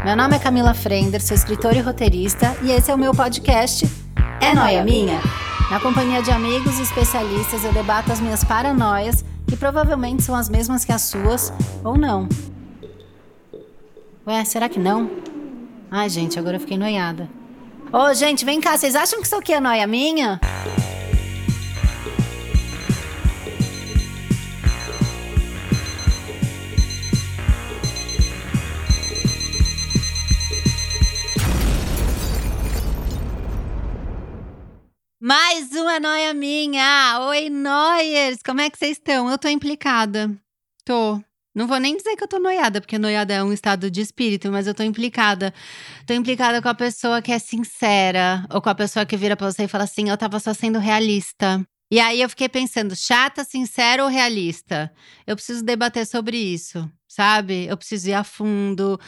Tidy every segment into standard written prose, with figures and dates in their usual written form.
Meu nome é Camila Frender, sou escritora e roteirista, e esse é o meu podcast É Nóia Minha? Na companhia de amigos e especialistas, eu debato as minhas paranoias, que provavelmente são as mesmas que as suas, ou não. Ué, será que não? Ai, gente, agora eu fiquei noiada. Ô, gente, vem cá, vocês acham que isso aqui é noia minha? Mais uma noia minha! Oi, noiers! Como é que vocês estão? Eu tô implicada. Tô. Não vou nem dizer que eu tô noiada, porque noiada é um estado de espírito, mas eu tô implicada. Tô implicada com a pessoa que é sincera, ou com a pessoa que vira pra você e fala assim, eu tava só sendo realista. E aí eu fiquei pensando, chata, sincera ou realista? Eu preciso debater sobre isso, sabe? Eu preciso ir a fundo.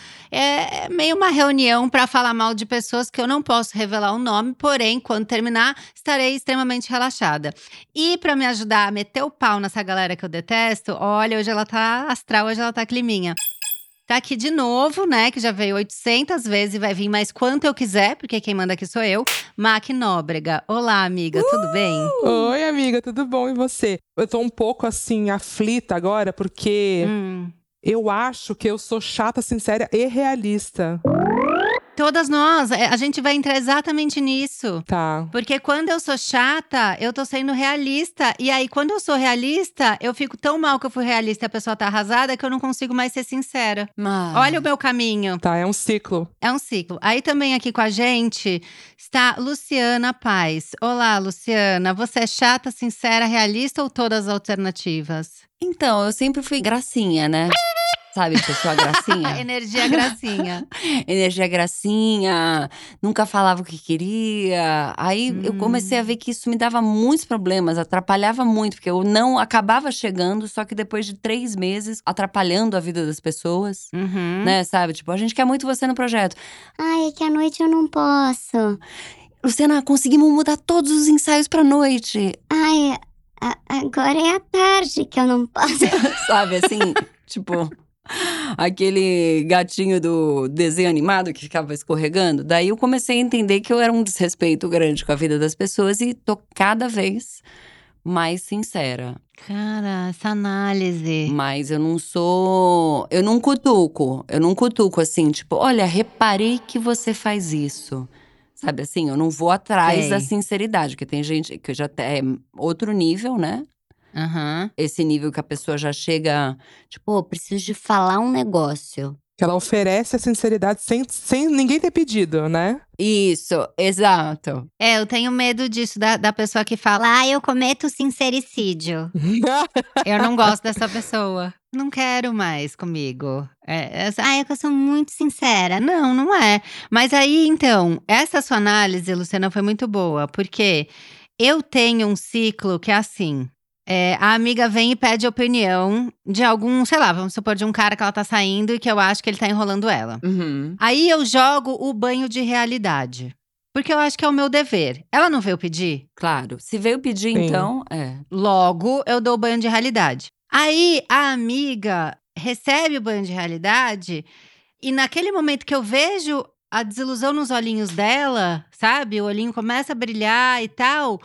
É meio uma reunião pra falar mal de pessoas que eu não posso revelar o nome, porém, quando terminar, estarei extremamente relaxada. E pra me ajudar a meter o pau nessa galera que eu detesto, olha, hoje ela tá astral, hoje ela tá climinha. Tá aqui de novo, né, que já veio 800 vezes e vai vir mais quanto eu quiser, porque quem manda aqui sou eu, Mac Nóbrega. Olá, amiga, tudo bem? Oi, amiga, tudo bom? E você? Eu tô um pouco, assim, aflita agora, porque eu acho que eu sou chata, sincera e realista. Todas nós, a gente vai entrar exatamente nisso. Tá. Porque quando eu sou chata, eu tô sendo realista. E aí, quando eu sou realista, eu fico tão mal que eu fui realista e a pessoa tá arrasada que eu não consigo mais ser sincera. Olha o meu caminho. Tá, é um ciclo. É um ciclo. Aí também aqui com a gente está Luciana Paz. Olá, Luciana. Você é chata, sincera, realista ou todas as alternativas? Então, eu sempre fui gracinha, né? Sabe, pessoa gracinha? Energia gracinha. Energia gracinha, nunca falava o que queria. Aí eu comecei a ver que isso me dava muitos problemas, atrapalhava muito, porque eu não acabava chegando, só que depois de 3 meses, atrapalhando a vida das pessoas, né? Sabe, tipo, a gente quer muito você no projeto. Ai, é que à noite eu não posso. Luciana, conseguimos mudar todos os ensaios pra noite. Ai, agora é à tarde que eu não posso. Sabe, assim, tipo… Aquele gatinho do desenho animado que ficava escorregando. Daí eu comecei a entender que eu era um desrespeito grande com a vida das pessoas e tô cada vez mais sincera. Cara, essa análise. Mas eu não sou… Eu não cutuco assim, tipo, olha, reparei que você faz isso. Sabe assim, eu não vou atrás Sei. da sinceridade, porque tem gente que já é outro nível, né? Esse nível que a pessoa já chega… Pô, preciso de falar um negócio. Que ela oferece a sinceridade sem ninguém ter pedido, né? Isso, exato. Eu tenho medo disso, da pessoa que fala, Eu cometo sincericídio. eu não gosto dessa pessoa. Não quero mais comigo. É que eu sou muito sincera. Não é. Mas aí, então, essa sua análise, Luciana, foi muito boa. Porque eu tenho um ciclo que é assim… a amiga vem e pede opinião de algum, sei lá, vamos supor, de um cara que ela tá saindo e que eu acho que ele tá enrolando ela. Aí eu jogo o banho de realidade. Porque eu acho que é o meu dever. Ela não veio pedir? Claro. Se veio pedir, Sim. então, Logo, eu dou o banho de realidade. Aí a amiga recebe o banho de realidade e naquele momento que eu vejo a desilusão nos olhinhos dela, sabe? O olhinho começa a brilhar e tal.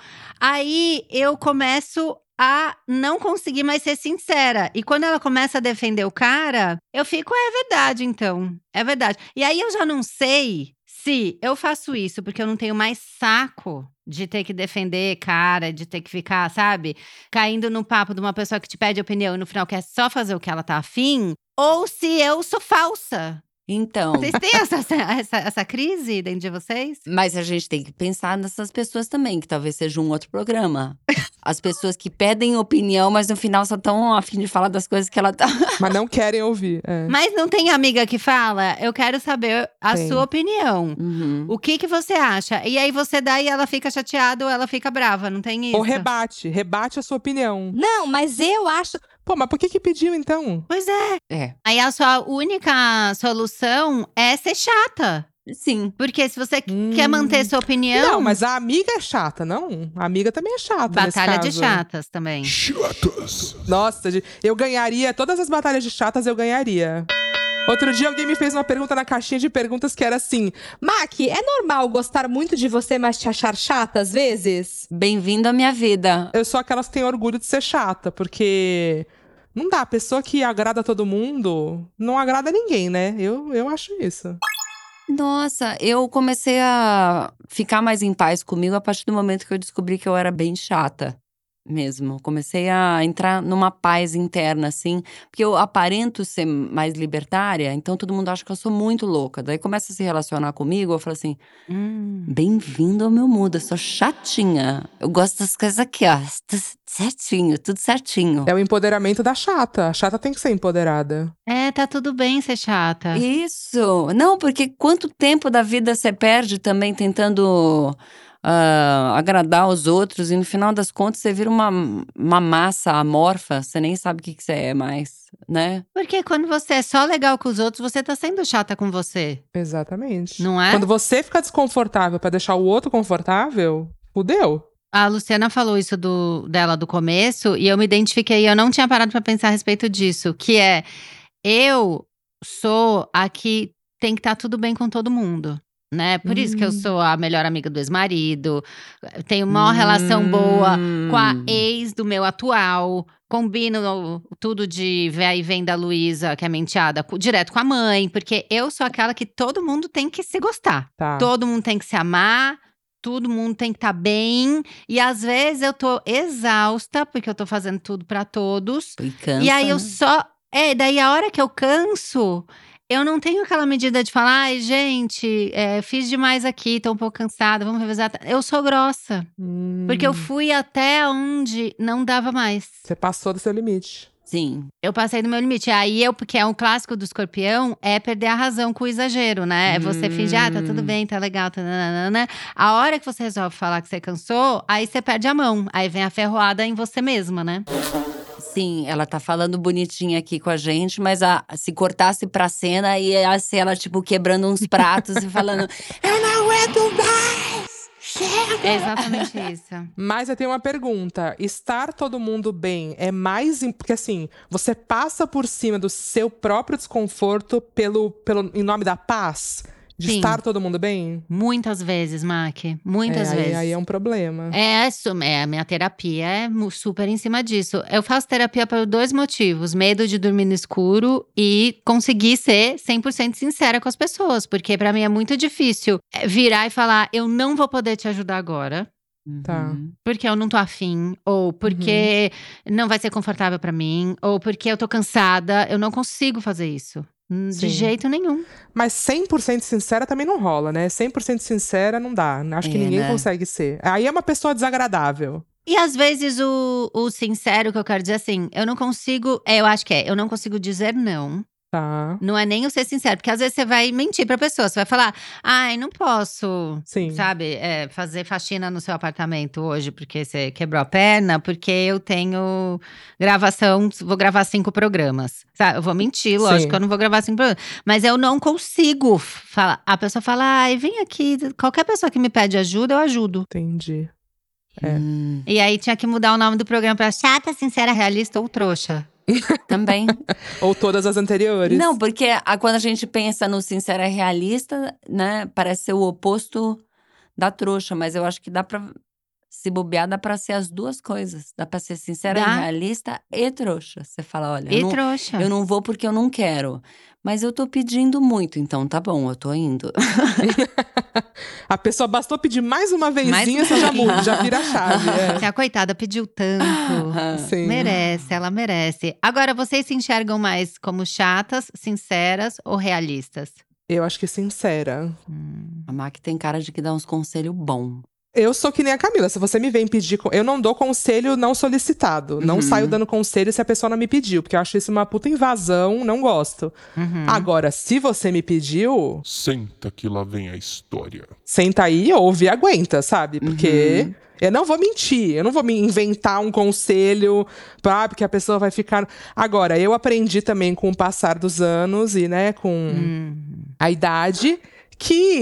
Aí eu começo a não conseguir mais ser sincera. E quando ela começa a defender o cara, eu fico, é verdade então, é verdade. E aí eu já não sei se eu faço isso porque eu não tenho mais saco de ter que defender cara, de ter que ficar, sabe? Caindo no papo de uma pessoa que te pede opinião e no final quer só fazer o que ela tá afim. Ou se eu sou falsa. Então… Vocês têm essa crise dentro de vocês? Mas a gente tem que pensar nessas pessoas também, que talvez seja um outro programa. As pessoas que pedem opinião, mas no final só estão a fim de falar das coisas que ela tá… Mas não querem ouvir. Mas não tem amiga que fala? Eu quero saber a Tem. sua opinião. O que você acha? E aí você dá e ela fica chateada ou ela fica brava, não tem isso? Ou rebate a sua opinião. Não, mas eu acho… Pô, mas por que pediu então? Pois é. É, Aí a sua única solução é ser chata. sim. Porque se você quer manter sua opinião… Não, mas a amiga é chata, não? A amiga também é chata Batalha nesse de caso. chatas também. Nossa, eu ganharia, todas as batalhas de chatas eu ganharia. Outro dia alguém me fez uma pergunta na caixinha de perguntas que era assim: Mac, é normal gostar muito de você, mas te achar chata às vezes? Bem-vindo à minha vida. eu sou aquelas que têm orgulho de ser chata, porque não dá, a pessoa que agrada todo mundo não agrada ninguém, né? Eu acho isso. Nossa, eu comecei a ficar mais em paz comigo a partir do momento que eu descobri que eu era bem chata mesmo. Comecei a entrar numa paz interna, assim, porque eu aparento ser mais libertária, então todo mundo acha que eu sou muito louca. Daí começa a se relacionar comigo, eu falo assim: bem-vindo ao meu mundo, eu sou chatinha. Eu gosto das coisas aqui, ó, tudo certinho, tudo certinho. É o empoderamento da chata. A chata tem que ser empoderada. Tá tudo bem ser chata. Isso. Não, porque quanto tempo da vida você perde também tentando agradar os outros e no final das contas você vira uma massa amorfa, você nem sabe o que você é mais, né? Porque quando você é só legal com os outros, você tá sendo chata com você. Exatamente. Não é? Quando você fica desconfortável pra deixar o outro confortável, fudeu. A Luciana falou isso dela do começo e eu me identifiquei. Eu não tinha parado pra pensar a respeito disso. Que é, eu sou a que tem que estar tudo bem com todo mundo. Né? Por isso que eu sou a melhor amiga do ex-marido, tenho uma relação boa com a ex do meu atual, combino tudo de vai e vem da Luísa, que é menteada, direto com a mãe, porque eu sou aquela que todo mundo tem que se gostar, Tá. todo mundo tem que se amar, todo mundo tem que estar bem, e às vezes eu tô exausta, porque eu tô fazendo tudo pra todos, E cansa, e aí eu né? só… daí a hora que eu canso… Eu não tenho aquela medida de falar, ai, gente, fiz demais aqui, tô um pouco cansada, vamos revisar. Eu sou grossa, porque eu fui até onde não dava mais. Você passou do seu limite. Sim. Eu passei do meu limite. Aí porque é um clássico do escorpião, é perder a razão com o exagero, né? É você fingir, tá tudo bem, tá legal, tá nananana. A hora que você resolve falar que você cansou, aí você perde a mão. Aí vem a ferroada em você mesma, né? Sim, ela tá falando bonitinha aqui com a gente, mas se cortasse pra cena, ia ser ela, tipo, quebrando uns pratos e falando: eu não aguento mais! Chega! É exatamente isso. Mas eu tenho uma pergunta. Estar todo mundo bem é mais… Porque assim, você passa por cima do seu próprio desconforto em nome da paz? De Sim. estar todo mundo bem? Muitas vezes, Mac. Muitas vezes. Aí é um problema. A minha terapia é super em cima disso. Eu faço terapia por 2 motivos. Medo de dormir no escuro e conseguir ser 100% sincera com as pessoas. Porque pra mim é muito difícil virar e falar, eu não vou poder te ajudar agora. Tá. Porque eu não tô afim, ou porque não vai ser confortável pra mim, ou porque eu tô cansada. Eu não consigo fazer isso. De Sim. jeito nenhum. Mas 100% sincera também não rola, né? 100% sincera não dá. Acho que ninguém né? consegue ser. Aí é uma pessoa desagradável. E às vezes o sincero que eu quero dizer assim, eu não consigo, eu acho que eu não consigo dizer não. Tá. Não é nem o ser sincero, porque às vezes você vai mentir pra pessoa, você vai falar, ai, não posso, Sim. sabe, fazer faxina no seu apartamento hoje porque você quebrou a perna, porque eu tenho gravação, vou gravar 5 programas, sabe? Eu vou mentir, lógico Sim. que eu não vou gravar 5 programas, mas eu não consigo falar. A pessoa fala, ai, vem aqui, qualquer pessoa que me pede ajuda, eu ajudo. Entendi. E aí tinha que mudar o nome do programa pra Chata, Sincera, Realista ou Trouxa. Também. Ou todas as anteriores. Não, porque quando a gente pensa no sincero e realista, né, parece ser o oposto da trouxa, mas eu acho que dá pra se bobear, dá pra ser as duas coisas. Dá pra ser sincera e Dá. realista e trouxa. Você fala, olha, E trouxa. eu não vou porque eu não quero, mas eu tô pedindo muito, então tá bom, eu tô indo. A pessoa bastou pedir mais uma Mais vezinha, um você já pouquinho. muda, já vira a chave. Se a coitada pediu tanto. Sim. Merece, ela merece. Agora, vocês se enxergam mais como chatas, sinceras ou realistas? Eu acho que sincera. A Mac tem cara de que dá uns conselhos bons. Eu sou que nem a Camila. Se você me vem pedir… Eu não dou conselho não solicitado. Não saio dando conselho se a pessoa não me pediu. Porque eu acho isso uma puta invasão, não gosto. Agora, se você me pediu… Senta que lá vem a história. Senta aí, ouve e aguenta, sabe? Porque… Eu não vou mentir, eu não vou me inventar um conselho porque a pessoa vai ficar… Agora, eu aprendi também com o passar dos anos e, né, com a idade, que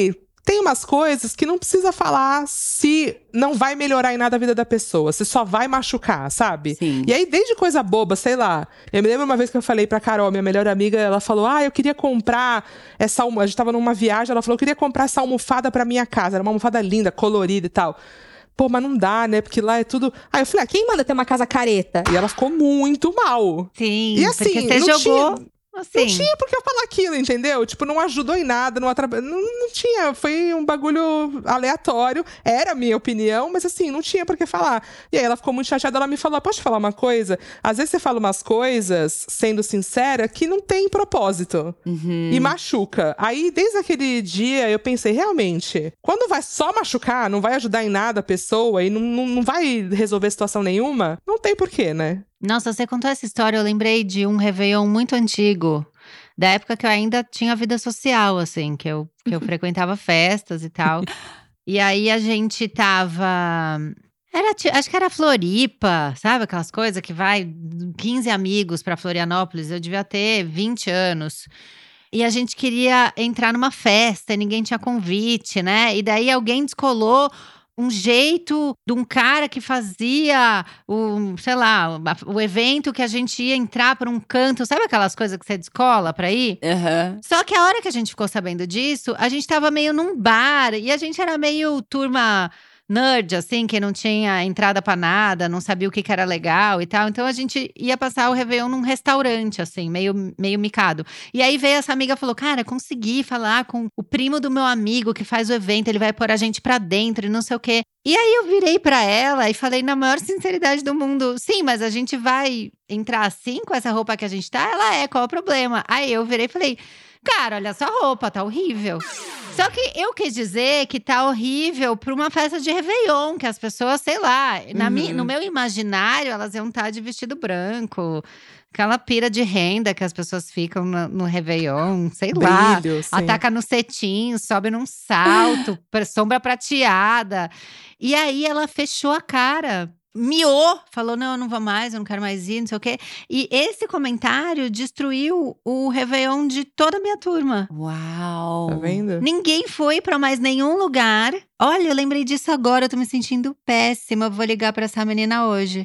tem umas coisas que não precisa falar se não vai melhorar em nada a vida da pessoa, se só vai machucar, sabe? Sim. E aí, desde coisa boba, sei lá. Eu me lembro uma vez que eu falei pra Carol, minha melhor amiga, ela falou: eu queria comprar essa almofada. A gente tava numa viagem, ela falou: eu queria comprar essa almofada pra minha casa. Era uma almofada linda, colorida e tal. Pô, mas não dá, né? Porque lá é tudo. Aí eu falei: Quem manda ter uma casa careta? E ela ficou muito mal. Sim, E assim, porque você não jogou. Não Assim, tinha por que eu falar aquilo, entendeu? Tipo, não ajudou em nada, não tinha. Foi um bagulho aleatório. Era a minha opinião, mas assim, não tinha por que falar. E aí ela ficou muito chateada, ela me falou: posso te falar uma coisa? Às vezes você fala umas coisas, sendo sincera, que não tem propósito. E machuca. Aí, desde aquele dia, eu pensei, realmente, quando vai só machucar, não vai ajudar em nada a pessoa e não vai resolver situação nenhuma, não tem porquê, né? nossa, você contou essa história, eu lembrei de um Réveillon muito antigo, da época que eu ainda tinha vida social, assim, que eu frequentava festas e tal. E aí a gente tava. Acho que era Floripa, sabe? Aquelas coisas que vai 15 amigos pra Florianópolis. Eu devia ter 20 anos. E a gente queria entrar numa festa e ninguém tinha convite, né? E daí alguém descolou um jeito de um cara que fazia sei lá, o evento que a gente ia entrar por um canto. Sabe aquelas coisas que você descola pra ir? Aham. Só que a hora que a gente ficou sabendo disso, a gente tava meio num bar e a gente era meio turma nerd, assim, que não tinha entrada pra nada, não sabia o que que era legal e tal. Então a gente ia passar o Réveillon num restaurante, assim, meio micado. E aí veio essa amiga e falou: cara, consegui falar com o primo do meu amigo que faz o evento, ele vai pôr a gente pra dentro e não sei o quê. E aí eu virei pra ela e falei na maior sinceridade do mundo: sim, mas a gente vai entrar assim com essa roupa que a gente tá? Ela qual é o problema? Aí eu virei e falei: cara, olha essa roupa, tá horrível. Só que eu quis dizer que tá horrível pra uma festa de Réveillon, que as pessoas, sei lá, no meu imaginário, elas iam estar de vestido branco, aquela pira de renda que as pessoas ficam no Réveillon, sei lá. Brilho, sim. Ataca no cetim, sobe num salto, sombra prateada. E aí ela fechou a cara. Miou, falou: não, eu não vou mais, eu não quero mais ir, não sei o quê. E esse comentário destruiu o Réveillon de toda a minha turma. Uau. Tá vendo? Ninguém foi pra mais nenhum lugar. Olha, eu lembrei disso agora, eu tô me sentindo péssima. Eu vou ligar pra essa menina hoje.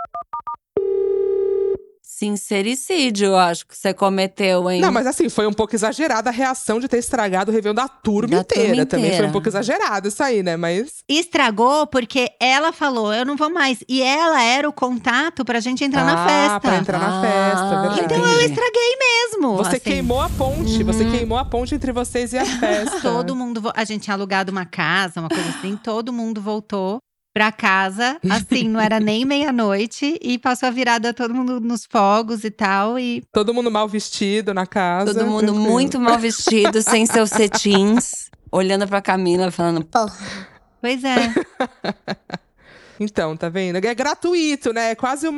Sincericídio, eu acho que você cometeu, hein? Não, mas assim, foi um pouco exagerada a reação de ter estragado o Réveillon da turma Da turma inteira. Também foi inteira. um pouco exagerado isso aí, né? Mas. Estragou porque ela falou: eu não vou mais. E ela era o contato pra gente entrar na festa. Pra entrar na festa, é verdade. Então eu estraguei mesmo. Você assim. queimou a ponte, você queimou a ponte entre vocês e a festa. Todo mundo. A gente tinha alugado uma casa, uma coisa assim. Todo mundo voltou pra casa. Assim, não era nem meia-noite. E passou a virada todo mundo nos fogos e tal. E Todo mundo mal vestido na casa. Todo mundo tranquilo. muito mal vestido, sem seus cetins, olhando pra Camila, falando: Porra. pois é. Então, tá vendo? É gratuito, né? É quase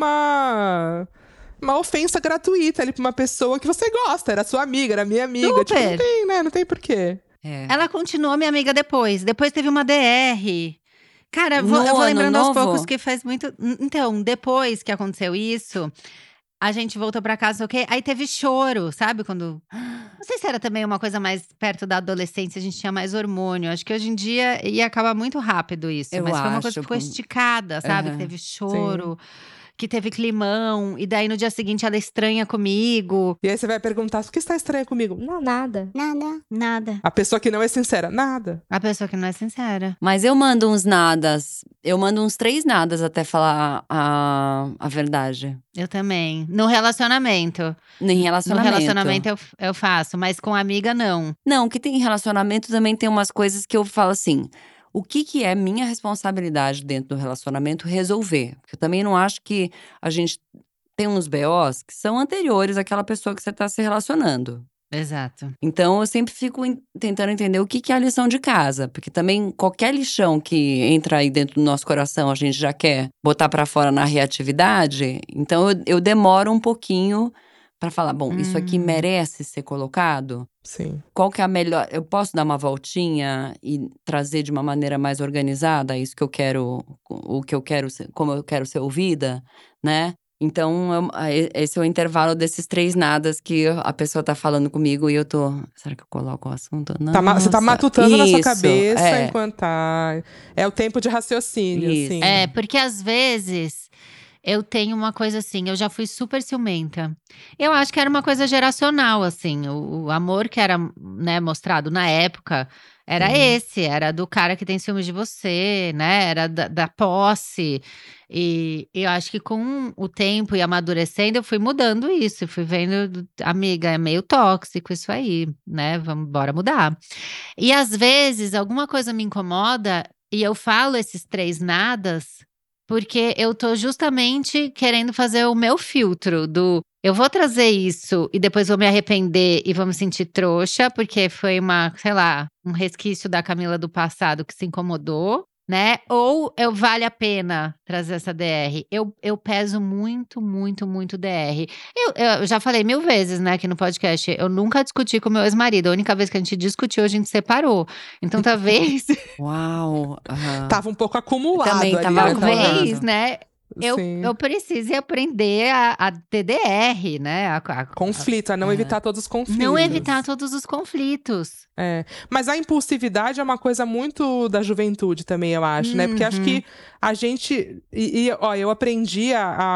uma ofensa gratuita ali pra uma pessoa que você gosta. Era sua amiga, era minha amiga. Tipo, não Super. tem, né? Não tem porquê. Ela continuou minha amiga depois. Depois teve uma DR. Cara, eu No vou ano lembrando aos novo? poucos que faz muito. Então, depois que aconteceu isso, a gente voltou pra casa, ok? Aí teve choro, sabe? Quando. Não sei se era também uma coisa mais perto da adolescência, a gente tinha mais hormônio. Acho que hoje em dia ia acabar muito rápido isso. Eu Mas foi uma coisa que acho. ficou esticada, sabe? Que Aham. teve choro, que teve climão. E daí no dia seguinte ela estranha comigo. E aí você vai perguntar: por que está estranha comigo? Não, nada. Nada. Nada. A pessoa que não é sincera, nada. A pessoa que não é sincera. Mas eu mando uns nadas. Eu mando uns 3 nadas até falar a verdade. Eu também. No relacionamento. Em No relacionamento. relacionamento eu faço, mas com amiga não. Não, que tem relacionamento também tem umas coisas que eu falo assim: o que é minha responsabilidade dentro do relacionamento resolver? Porque eu também não acho que a gente tem uns BOs que são anteriores àquela pessoa que você tá se relacionando. Exato. Então eu sempre fico tentando entender o que é a lição de casa. Porque também qualquer lixão que entra aí dentro do nosso coração, a gente já quer botar pra fora na reatividade. Então eu demoro um pouquinho pra falar: bom, isso aqui merece ser colocado? Sim. Qual que é a melhor? Eu posso dar uma voltinha e trazer de uma maneira mais organizada isso que eu quero, o que eu quero, como eu quero ser ouvida, né? Então, esse é o intervalo desses 3 nadas que a pessoa tá falando comigo e eu tô… Será que eu coloco o assunto? Você tá Nossa, matutando na sua isso, cabeça enquanto tá… É o tempo de raciocínio, Isso. assim. É, porque às vezes eu tenho uma coisa assim, eu já fui super ciumenta. Eu acho que era uma coisa geracional, assim, o amor que era, né, mostrado na época era esse, era do cara que tem ciúmes de você, né, era da posse. E eu acho que com o tempo e amadurecendo, eu fui mudando isso, fui vendo, amiga, é meio tóxico isso aí, né, vamos, bora mudar. E às vezes alguma coisa me incomoda e eu falo esses 3 nadas, porque eu tô justamente querendo fazer o meu filtro do eu vou trazer isso e depois vou me arrepender e vou me sentir trouxa, porque foi uma, sei lá, um resquício da Camila do passado que se incomodou, né? Ou vale a pena trazer essa DR. Eu peso muito, muito, muito DR. Eu já falei 1000 vezes, né, aqui no podcast, eu nunca discuti com meu ex-marido, a única vez que a gente discutiu, a gente separou. Então talvez Uau! aham. Tava um pouco acumulado Também ali, tava né? talvez, acumulado. né, Sim. eu precise aprender a ter DR, né, Conflito, a não evitar todos os conflitos. não evitar todos os conflitos. É. Mas a impulsividade é uma coisa muito da juventude também, eu acho, né? Porque acho Uhum. que a gente… ó, eu aprendi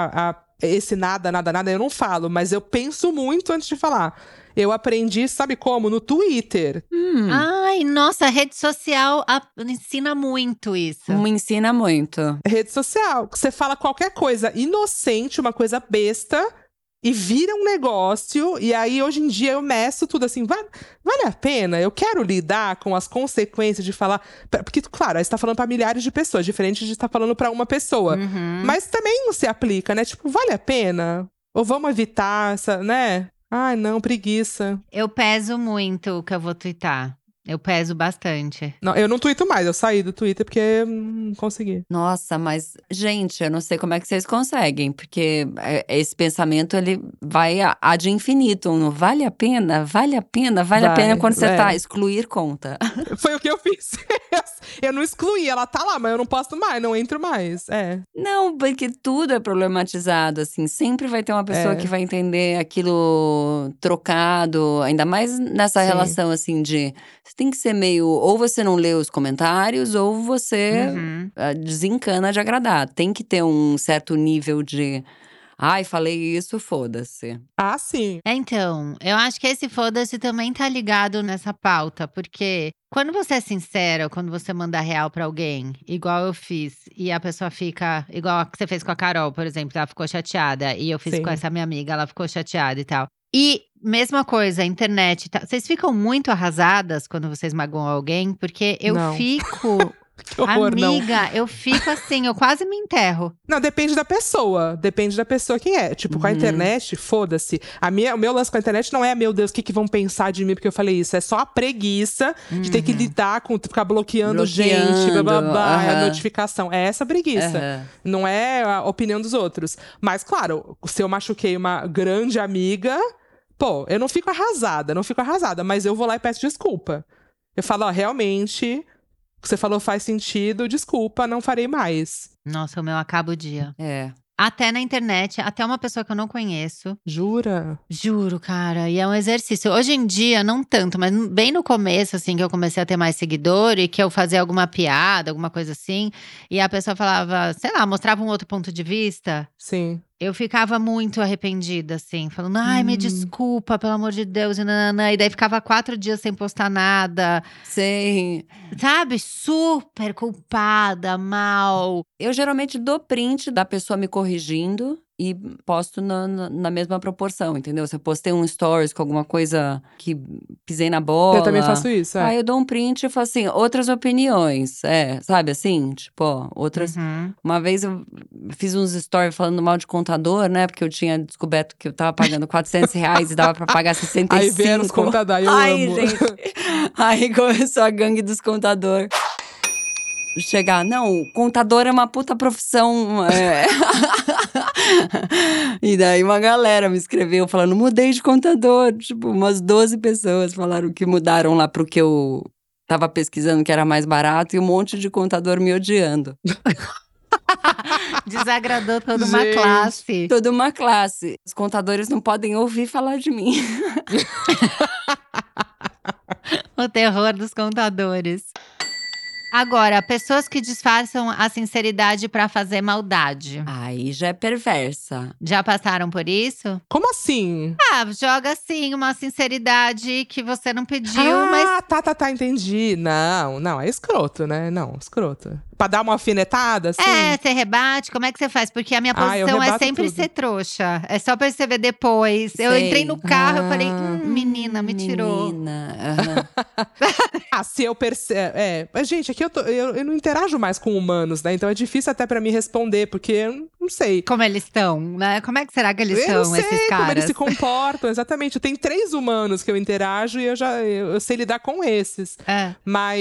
esse nada, nada, nada, eu não falo, mas eu penso muito antes de falar. Eu aprendi, sabe como? No Twitter. Ai, nossa, a rede social ensina muito isso. Me ensina muito. Rede social. Você fala qualquer coisa inocente, uma coisa besta, e vira um negócio. E aí, hoje em dia, eu meço tudo assim. Vale a pena? Eu quero lidar com as consequências de falar. Porque, claro, aí você tá falando pra milhares de pessoas, diferente de estar falando pra uma pessoa. Uhum. Mas também não se aplica, né? Tipo, vale a pena? Ou vamos evitar essa, né? Ai, não, preguiça. Eu peso muito o que eu vou twittar. Eu peso bastante. Não, eu não tuito mais, eu saí do Twitter porque não consegui. Nossa, mas, gente, eu não sei como é que vocês conseguem, porque esse pensamento, ele vai ad infinitum. Não vale a pena? Vale a pena? Vale a pena quando você tá… Excluir conta. Foi o que eu fiz. Eu não excluí, ela tá lá, mas eu não posto mais, não entro mais. É. Não, porque tudo é problematizado, assim. Sempre vai ter uma pessoa que vai entender aquilo trocado. Ainda mais nessa Sim. relação, assim, de… Você tem que ser meio… Ou você não lê os comentários, ou você Uhum. desencana de agradar. Tem que ter um certo nível de… Ai, falei isso, foda-se. Ah, sim. Então, eu acho que esse foda-se também tá ligado nessa pauta, porque quando você é sincero, quando você manda real pra alguém, igual eu fiz, e a pessoa fica, igual a que você fez com a Carol, por exemplo, ela ficou chateada, e eu fiz Sim. com essa minha amiga, ela ficou chateada e tal. E mesma coisa, internet, tá? Vocês ficam muito arrasadas quando vocês magoam alguém, porque eu Não. fico… Que horror, não. Amiga, eu fico assim, eu quase me enterro. Não, depende da pessoa. Depende da pessoa quem é. Tipo, com a internet, foda-se. O meu lance com a internet não é, meu Deus, o que vão pensar de mim porque eu falei isso. É só a preguiça de ter que lidar com… Ficar bloqueando gente, blá, blá, blá, a notificação. É essa preguiça. Não é a opinião dos outros. Mas, claro, se eu machuquei uma grande amiga… Pô, eu não fico arrasada, mas eu vou lá e peço desculpa. Eu falo, ó, realmente… O que você falou faz sentido, desculpa, não farei mais. Nossa, o meu acaba o dia. É. Até na internet, até uma pessoa que eu não conheço. Jura? Juro, cara, e é um exercício. Hoje em dia, não tanto, mas bem no começo, assim, que eu comecei a ter mais seguidor e que eu fazia alguma piada, alguma coisa assim, e a pessoa falava, sei lá, mostrava um outro ponto de vista. Sim. Eu ficava muito arrependida, assim, falando, ai, me desculpa, pelo amor de Deus, e nananã. E daí ficava 4 dias sem postar nada, Sei. sabe? Super culpada, mal. Eu geralmente dou print da pessoa me corrigindo e posto na mesma proporção, entendeu? Se eu postei um stories com alguma coisa que pisei na bola… Eu também faço isso, Aí eu dou um print e falo assim, outras opiniões, sabe assim? Tipo, ó, outras… Uhum. Uma vez eu fiz uns stories falando mal de contador, né? Porque eu tinha descoberto que eu tava pagando R$400 e dava pra pagar 65. Aí vieram os contadores, eu Ai, amo. gente. Aí começou a gangue dos contadores. Chegar, não, contador é uma puta profissão. E daí uma galera me escreveu falando, mudei de contador. Tipo, umas 12 pessoas falaram que mudaram lá pro que eu tava pesquisando que era mais barato. E um monte de contador me odiando. Desagradou toda uma Gente. classe. Toda uma classe. Os contadores não podem ouvir falar de mim. O terror dos contadores. Agora, pessoas que disfarçam a sinceridade pra fazer maldade. Aí já é perversa. Já passaram por isso? Como assim? Ah, joga assim uma sinceridade que você não pediu, mas Tá, entendi. Não, é escroto, né? Não, escroto. Pra dar uma alfinetada, assim? você rebate, como é que você faz? Porque a minha Eu posição é rebato sempre tudo. ser trouxa. É só perceber depois. Eu Sei. entrei no carro, eu falei, menina, me tirou. Menina. Aham. Se eu percebo. Mas, gente, aqui eu não interajo mais com humanos, né? Então é difícil até pra mim responder, porque eu não sei. Como eles estão, né? Como é que será que eles Eu não são, sei esses como eles caras? se comportam, exatamente. Tem 3 humanos que eu interajo e eu sei lidar com esses. É.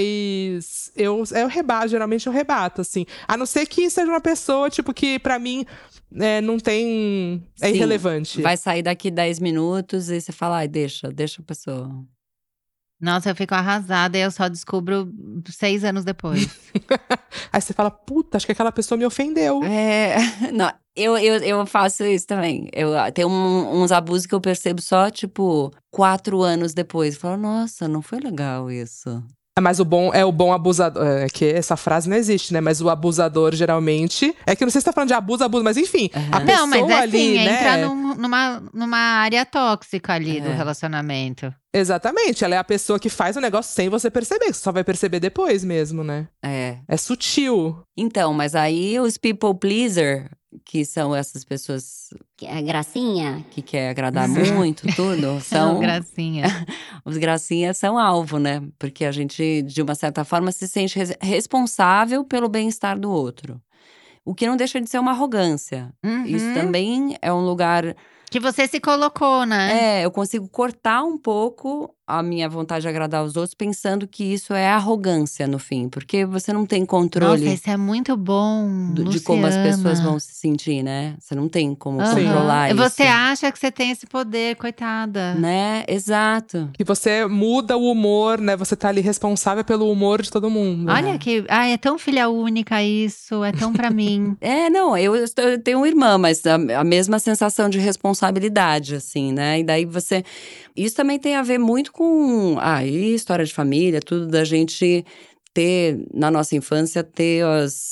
Mas geralmente eu rebato, assim. A não ser que seja uma pessoa, tipo, que pra mim não tem. É Sim, irrelevante. Vai sair daqui 10 minutos e você fala, ai, deixa a pessoa. Nossa, eu fico arrasada e eu só descubro 6 anos depois. Aí você fala, puta, acho que aquela pessoa me ofendeu. Não, eu faço isso também. Tem uns abusos que eu percebo só, tipo, 4 anos depois. Eu falo, nossa, não foi legal isso. Mas o bom abusador. É que essa frase não existe, né? Mas o abusador, geralmente. É que eu não sei se tá falando de abuso, mas enfim. A pessoa Não, mas é ali, assim, né? entra numa área tóxica ali do relacionamento. Exatamente. Ela é a pessoa que faz o negócio sem você perceber. Você só vai perceber depois mesmo, né? É sutil. Então, mas aí os people pleaser, que são essas pessoas Que é gracinha? que querem agradar muito, tudo, são. Gracinha. Os gracinhas são alvo, né? Porque a gente, de uma certa forma, se sente responsável pelo bem-estar do outro. O que não deixa de ser uma arrogância. Isso também é um lugar. Que você se colocou, né? Eu consigo cortar um pouco a minha vontade de agradar os outros, pensando que isso é arrogância no fim. Porque você não tem controle. Nossa, isso é muito bom, De como as pessoas Luciana. vão se sentir, né? Você não tem como Aham. controlar isso. Você acha que você tem esse poder, coitada. Né? Exato. Que você muda o humor, né? Você tá ali responsável pelo humor de todo mundo. Olha que… é tão filha única isso, é tão pra mim. Não, eu tenho uma irmã, mas a mesma sensação de responsabilidade, assim, né? E daí você… Isso também tem a ver muito com… e história de família, tudo da gente ter, na nossa infância, ter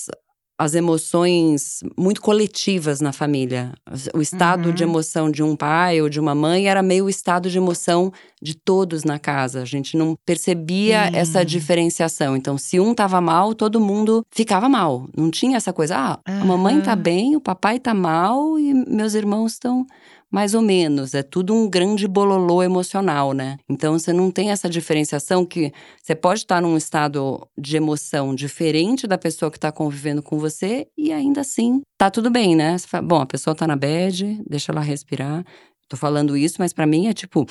as emoções muito coletivas na família. O estado de emoção de um pai ou de uma mãe era meio o estado de emoção de todos na casa. A gente não percebia essa diferenciação. Então, se um tava mal, todo mundo ficava mal. Não tinha essa coisa, a mamãe tá bem, o papai tá mal e meus irmãos estão… mais ou menos, é tudo um grande bololô emocional, né? Então você não tem essa diferenciação que você pode estar num estado de emoção diferente da pessoa que tá convivendo com você e ainda assim tá tudo bem, né? Você fala, bom, a pessoa tá na bad, deixa ela respirar. Tô falando isso, mas pra mim é tipo…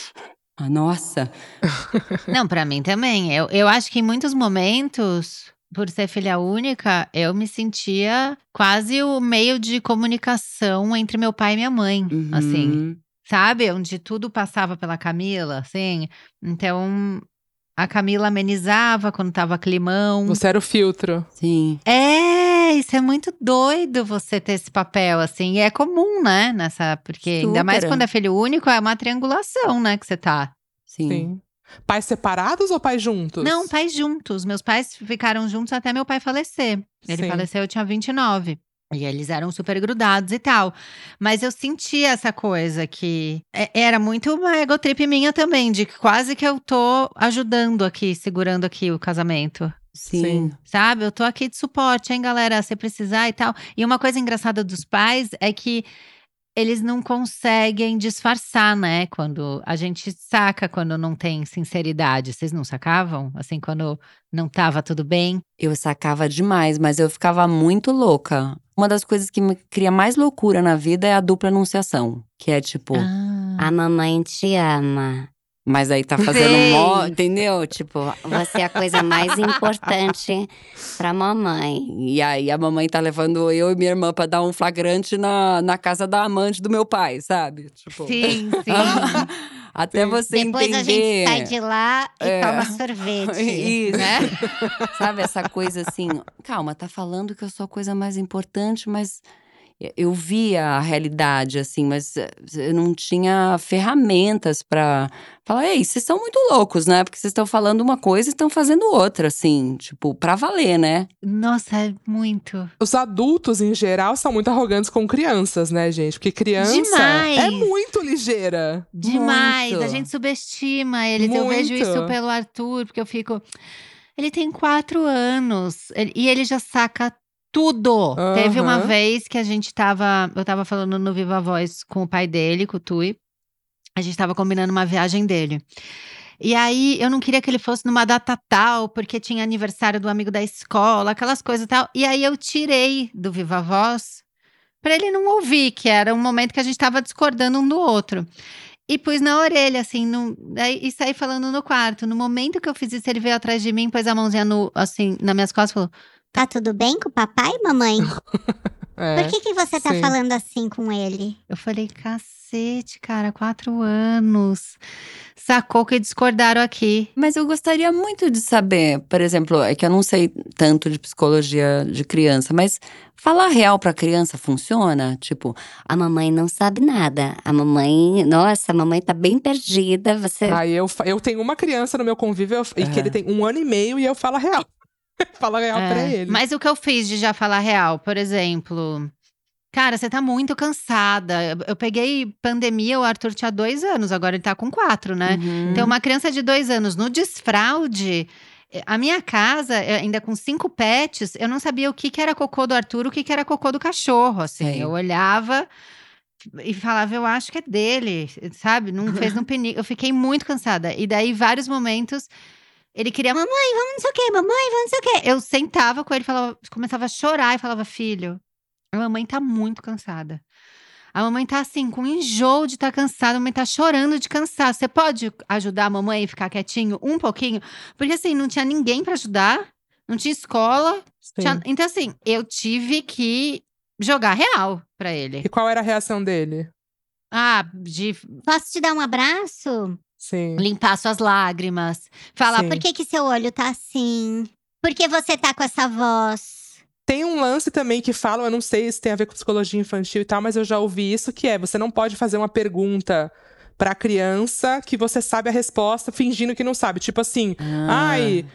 nossa! Não, pra mim também. Eu acho que em muitos momentos… Por ser filha única, eu me sentia quase o meio de comunicação entre meu pai e minha mãe, assim. Sabe? Onde tudo passava pela Camila, assim. Então, a Camila amenizava quando tava climão. Você era o filtro. Sim. Isso é muito doido você ter esse papel, assim. E é comum, né? Porque ainda mais Super. quando é filho único, é uma triangulação, né? Que você tá. Sim. Pais separados ou pais juntos? Não, pais juntos. Meus pais ficaram juntos até meu pai falecer. Ele Sim. faleceu, eu tinha 29. E eles eram super grudados e tal. Mas eu sentia essa coisa que… era muito uma egotrip minha também. De que quase que eu tô ajudando aqui, segurando aqui o casamento. Sim. Sabe? Eu tô aqui de suporte, hein, galera? Se precisar e tal. E uma coisa engraçada dos pais é que eles não conseguem disfarçar, né? Quando a gente saca quando não tem sinceridade. Vocês não sacavam? Assim, quando não tava tudo bem? Eu sacava demais, mas eu ficava muito louca. Uma das coisas que me cria mais loucura na vida é a dupla anunciação. Que é tipo… A mamãe te ama. Mas aí tá fazendo Sei. entendeu? Tipo… Você é a coisa mais importante pra mamãe. E aí a mamãe tá levando eu e minha irmã pra dar um flagrante na casa da amante do meu pai, sabe? Tipo… Sim, sim. Até Sim. você Depois a gente sai entender. de lá e toma sorvete. Isso. Né? Sabe essa coisa assim, calma, tá falando que eu sou a coisa mais importante, mas eu via a realidade, assim, mas eu não tinha ferramentas pra falar: "Ei, vocês estão muito loucos, né, porque vocês estão falando uma coisa e estão fazendo outra", assim, tipo, pra valer, né. Nossa, é muito. Os adultos, em geral, são muito arrogantes com crianças, né, gente? Porque criança é Demais! muito ligeira. Demais! A Muito. gente subestima eles. Eu vejo isso Muito. pelo Arthur, porque eu fico. Ele tem 4 anos e ele já saca tudo. Teve uma Aham. vez que eu estava falando no Viva Voz com o pai dele, com o Tui. A gente estava combinando uma viagem dele. E aí eu não queria que ele fosse numa data tal, porque tinha aniversário do amigo da escola, aquelas coisas e tal. E aí eu tirei do Viva Voz pra ele não ouvir, que era um momento que a gente estava discordando um do outro. E pus na orelha, assim, e saí falando no quarto. No momento que eu fiz isso, ele veio atrás de mim, pôs a mãozinha assim, nas minhas costas e falou: Tá tudo bem com o papai, mamãe? Por É. que você tá Sim. falando assim com ele? Eu falei: "Cacete, cara, 4 anos". Sacou que discordaram aqui. Mas eu gostaria muito de saber, por exemplo, é que eu não sei tanto de psicologia de criança, mas falar real pra criança funciona? Tipo, A mamãe não sabe nada. A mamãe, nossa, a mamãe tá bem perdida. Você Aí eu tenho uma criança no meu convívio e que ele tem 1 ano e meio e eu falo a real. Falo a real pra É, ele. mas o que eu fiz de já falar real, por exemplo: "Cara, você tá muito cansada". Eu peguei pandemia, o Arthur tinha 2 anos, agora ele tá com 4, né. Então uhum, uma criança de 2 anos no desfraude, a minha casa, ainda com 5 pets, eu não sabia o que que era cocô do Arthur, o que que era cocô do cachorro, assim. sei. Eu olhava e falava: "Eu acho que é dele", sabe, não fez no peni eu fiquei muito cansada. E daí vários momentos, ele queria: "Mamãe, vamos não sei o quê, mamãe, vamos não sei o quê". Eu sentava com ele, falava começava a chorar e falava: "Filho, a mamãe tá muito cansada. A mamãe tá assim, com enjoo de estar cansada, a mamãe tá chorando de cansaço. Você pode ajudar a mamãe a ficar quietinho um pouquinho?" Porque assim, não tinha ninguém pra ajudar, não tinha escola, Sim. então assim, eu tive que jogar real pra ele. E qual era a reação dele? Ah, de posso te dar um abraço? Sim. limpar suas lágrimas, falar: Por Sim. que seu olho tá assim? Por que você tá com essa voz? Tem um lance também que falam, eu não sei se tem a ver com psicologia infantil e tal, mas eu já ouvi isso, que é: você não pode fazer uma pergunta pra criança que você sabe a resposta fingindo que não sabe. Tipo assim: "Ai,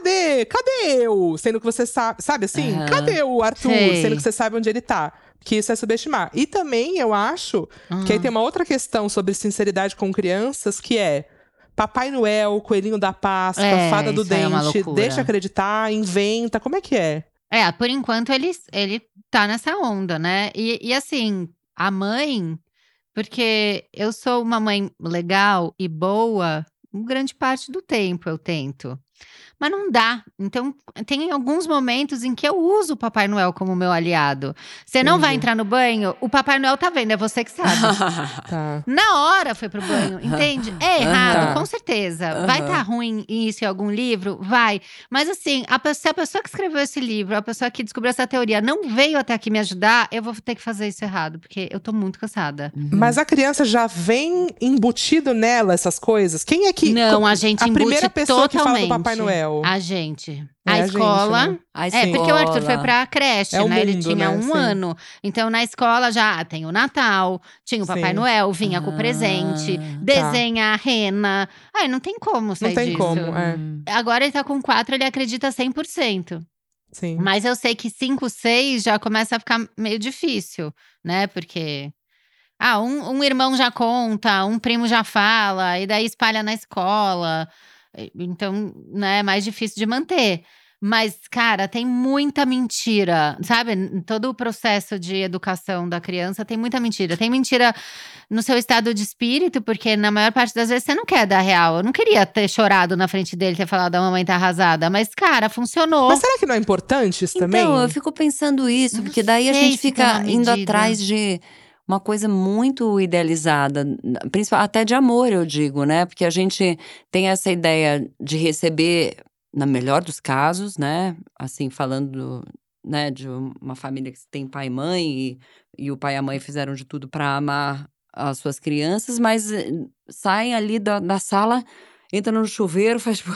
cadê eu?", sendo que você sabe assim? Aham. "Cadê o Arthur?", Sei. sendo que você sabe onde ele tá. Que isso é subestimar. E também eu acho que aí tem uma outra questão sobre sinceridade com crianças, que é: Papai Noel, Coelhinho da Páscoa, Fada do isso aí é uma Dente, deixa loucura. acreditar, inventa, como é que é? Por enquanto ele tá nessa onda, né. E assim, a mãe, porque eu sou uma mãe legal e boa, grande parte do tempo eu tento. Mas não dá. Então, tem alguns momentos em que eu uso o Papai Noel como meu aliado. Você não vai Entendi. entrar no banho? O Papai Noel tá vendo, é você que sabe. Tá. Na hora foi pro banho, entende? É errado, Tá. com certeza. Vai estar ruim isso em algum livro? Vai. Mas assim, se a pessoa que escreveu esse livro, a pessoa que descobriu essa teoria, não veio até aqui me ajudar, eu vou ter que fazer isso errado, porque eu tô muito cansada. Mas a criança já vem embutido nela essas coisas? Quem é que. Não, a gente A embute primeira pessoa que fala do totalmente. Papai Noel. A gente. É A a gente, escola. né? A Porque o Arthur foi escola. pra creche, É o né? Ele mundo, tinha né? 1 Sim. ano. Então, na escola já tem o Natal, tinha o Papai Sim. Noel, vinha com o presente, desenha a rena. Ai, não tem como sair Não tem disso. como, é. Agora ele tá com 4, ele acredita 100%. Sim. Mas eu sei que 5, 6 já começa a ficar meio difícil, né? Porque um irmão já conta, um primo já fala, e daí espalha na escola. Então, né, é mais difícil de manter. Mas, cara, tem muita mentira, sabe? Em todo o processo de educação da criança tem muita mentira. Tem mentira no seu estado de espírito, porque na maior parte das vezes você não quer dar real. Eu não queria ter chorado na frente dele, ter falado: "A mamãe tá arrasada", mas, cara, funcionou. Mas será que não é importante isso também? Então, eu fico pensando isso, Não porque daí a sei gente se tem uma fica indo medida. atrás de uma coisa muito idealizada, principal até de amor, eu digo, né, porque a gente tem essa ideia de receber, na melhor dos casos, né, assim, falando, né, de uma família que tem pai e mãe e o pai e a mãe fizeram de tudo para amar as suas crianças, mas saem ali da sala, entram no chuveiro, faz tipo.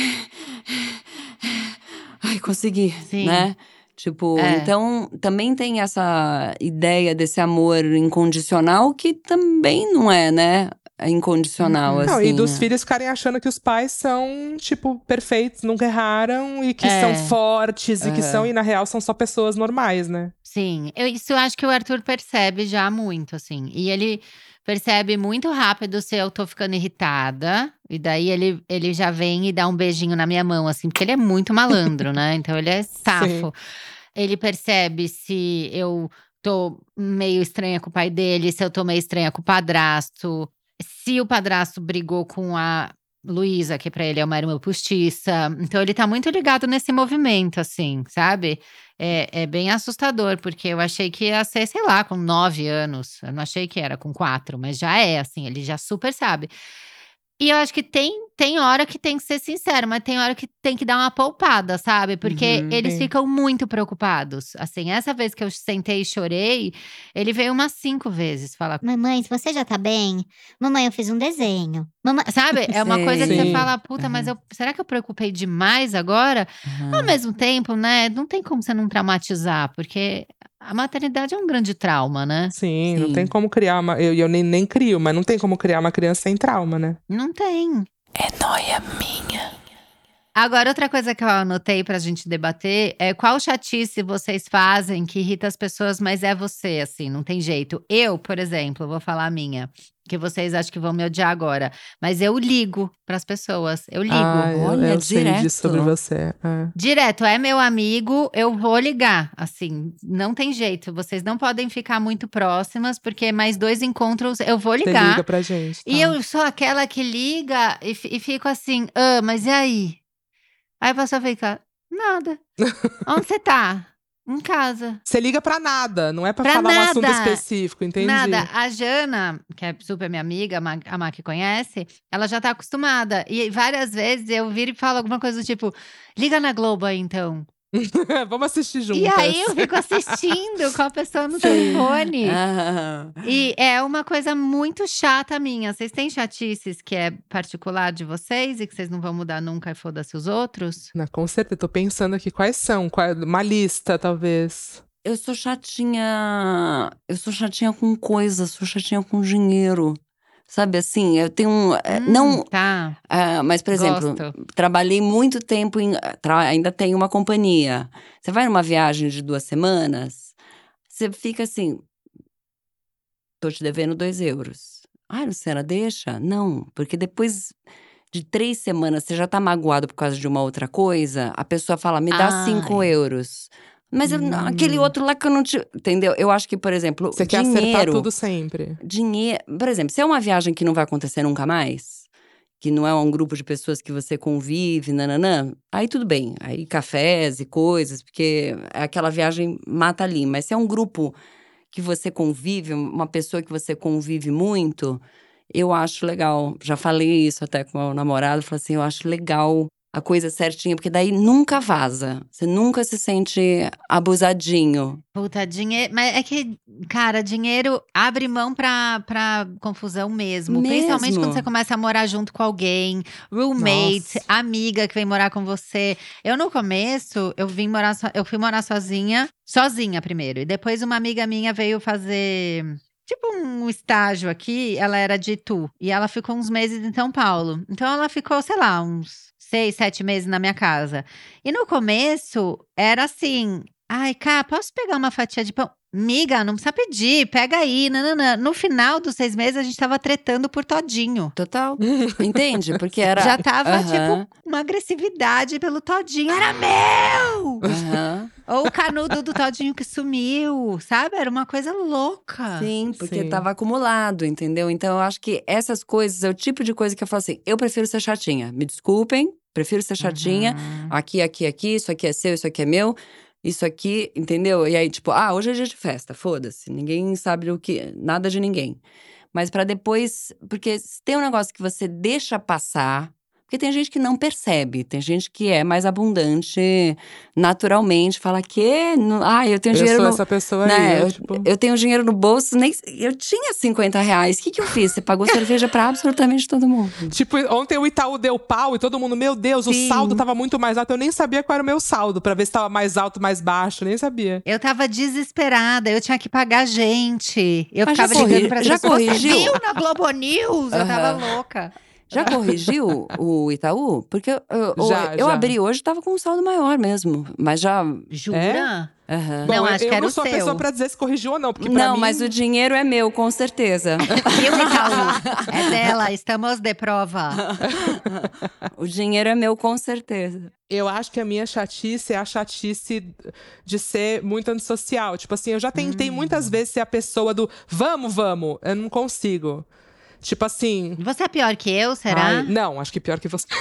Ai, consegui, Sim. né? Tipo, É. então também tem essa ideia desse amor incondicional que também não é, né? É incondicional, Não, e assim. dos filhos ficarem achando que os pais são, tipo, perfeitos, nunca erraram e que são É. fortes e que são, e na real são só pessoas normais, né? Sim, isso eu acho que o Arthur percebe já muito, assim. E ele percebe muito rápido se eu tô ficando irritada. E daí ele já vem e dá um beijinho na minha mão, assim, porque ele é muito malandro, né? Então ele é safo. Ele percebe se eu tô meio estranha com o pai dele, se eu tô meio estranha com o padrasto, se o padrasto brigou com a Luísa, que pra ele é uma irmã postiça. Então ele tá muito ligado nesse movimento, assim, sabe? É bem assustador, porque eu achei que ia ser, sei lá, com 9 anos. Eu não achei que era com 4, mas já é, assim, ele já super sabe. E eu acho que tem hora que tem que ser sincero, mas tem hora que tem que dar uma poupada, sabe? Porque eles sim. ficam muito preocupados. Assim, essa vez que eu sentei e chorei, ele veio umas 5 vezes falar. Mamãe, você já tá bem? Mamãe, eu fiz um desenho. Mamãe, Sabe? É uma coisa que você Sim. fala, puta, mas será que eu preocupei demais agora? Ao mesmo tempo, né? Não tem como você não traumatizar, porque a maternidade é um grande trauma, né? Sim, não Sim. tem como criar uma. Eu nem crio, mas não tem como criar uma criança sem trauma, né? Não tem. É nóia minha. Agora, outra coisa que eu anotei pra gente debater é qual chatice vocês fazem que irrita as pessoas, mas é você, assim, não tem jeito. Eu, por exemplo, vou falar a minha, que vocês acham que vão me odiar agora, mas eu ligo pras pessoas, eu ligo. Ah, Olha, eu sei disso sobre direto. você. É. Direto, é meu amigo, eu vou ligar, assim, não tem jeito. Vocês não podem ficar muito próximas, porque mais 2 encontros eu vou Você ligar. liga pra gente. E tá? eu sou aquela que liga e fico assim, mas e aí? Aí a pessoa fica, nada. Onde você tá? Em casa. Você liga pra nada, não é pra Pra falar um assunto nada. específico, entendi. Nada. A Jana, que é super minha amiga, a Má que conhece, ela já tá acostumada. E várias vezes eu viro e falo alguma coisa do tipo, liga na Globo aí então. Vamos assistir juntas. E aí eu fico assistindo com a pessoa no telefone. Ah, E é uma coisa muito chata minha. Vocês têm chatices que é particular de vocês e que vocês não vão mudar nunca e foda-se os outros? Não, com certeza, tô pensando aqui quais são. Uma lista, talvez. eu sou chatinha. Eu sou chatinha com coisas, sou chatinha com dinheiro. Sabe assim, eu tenho não. Tá. Mas, por exemplo, Gosto. trabalhei muito tempo ainda tenho uma companhia. Você vai numa viagem de 2 semanas, você fica assim, tô te devendo 2 euros. Ai, Luciana, deixa? Não, porque depois de 3 semanas você já tá magoado por causa de uma outra coisa, a pessoa fala, me dá 5 Ai. euros. Mas aquele outro lá que eu não te. Entendeu? Eu acho que, por exemplo, Você quer acertar dinheiro. tudo sempre. Dinheiro. Por exemplo, se é uma viagem que não vai acontecer nunca mais, que não é um grupo de pessoas que você convive, nananã, aí tudo bem. Aí cafés e coisas, porque aquela viagem mata ali. Mas se é um grupo que você convive, uma pessoa que você convive muito, eu acho legal. Já falei isso até com o meu namorado, falei assim, eu acho legal a coisa certinha, porque daí nunca vaza. Você nunca se sente abusadinho. Puta, dinheiro. Mas é que, cara, dinheiro abre mão pra confusão mesmo. Principalmente quando você Mesmo. começa a morar junto com alguém, roommate, Nossa. amiga que vem morar com você. Eu, no começo, eu fui morar sozinha primeiro. E depois uma amiga minha veio fazer tipo um estágio aqui. Ela era de Itu. E ela ficou uns meses em São Paulo. Então ela ficou, sei lá, uns 6, 7 meses na minha casa. E no começo era assim. Ai, Cá, posso pegar uma fatia de pão? Miga, não precisa pedir, pega aí, nananã. No final dos 6 meses, a gente tava tretando por todinho. Total. Entende? Porque era. Já tava, Aham, tipo, uma agressividade pelo todinho. Era meu! aham. Ou o canudo do todinho que sumiu, sabe? Era uma coisa louca. Sim, porque Sim. tava acumulado, entendeu? Então eu acho que essas coisas é o tipo de coisa que eu falo assim: eu prefiro ser chatinha. Me desculpem, prefiro ser chatinha. Uhum. Aqui, isso aqui é seu, isso aqui é meu. Isso aqui, entendeu? E aí, tipo, hoje é dia de festa, foda-se. Ninguém sabe nada de ninguém. Mas pra depois, porque se tem um negócio que você deixa passar, Porque tem gente que não percebe, tem gente que é mais abundante naturalmente, fala que eu tenho Eu dinheiro sou no… essa pessoa né, aí, tipo… eu tenho dinheiro no bolso, eu tinha R$50. O que eu fiz? Você pagou cerveja pra absolutamente todo mundo. Tipo, ontem o Itaú deu pau e todo mundo, meu Deus, o Sim. saldo tava muito mais alto. Eu nem sabia qual era o meu saldo, pra ver se tava mais alto, mais baixo, nem sabia. Eu tava desesperada, eu tinha que pagar gente. Eu Mas já ficava ligando pra já pessoas. Você corrigiu? viu na Globo News? Eu tava Aham. louca. Já corrigiu o Itaú? Porque eu Já. abri hoje e tava com um saldo maior mesmo. Mas já… Jura? Aham. Bom, Não, acho eu que era não o sou a seu. pessoa pra dizer se corrigiu ou não, porque pra Não, mim… mas o dinheiro é meu, com certeza. E o Itaú? É dela, estamos de prova. O dinheiro é meu, com certeza. Eu acho que a minha chatice é a chatice de ser muito antissocial. Tipo assim, eu já tentei muitas vezes ser a pessoa do vamos. Eu não consigo. Tipo assim… Você é pior que eu, será? ai, não, acho que pior que você.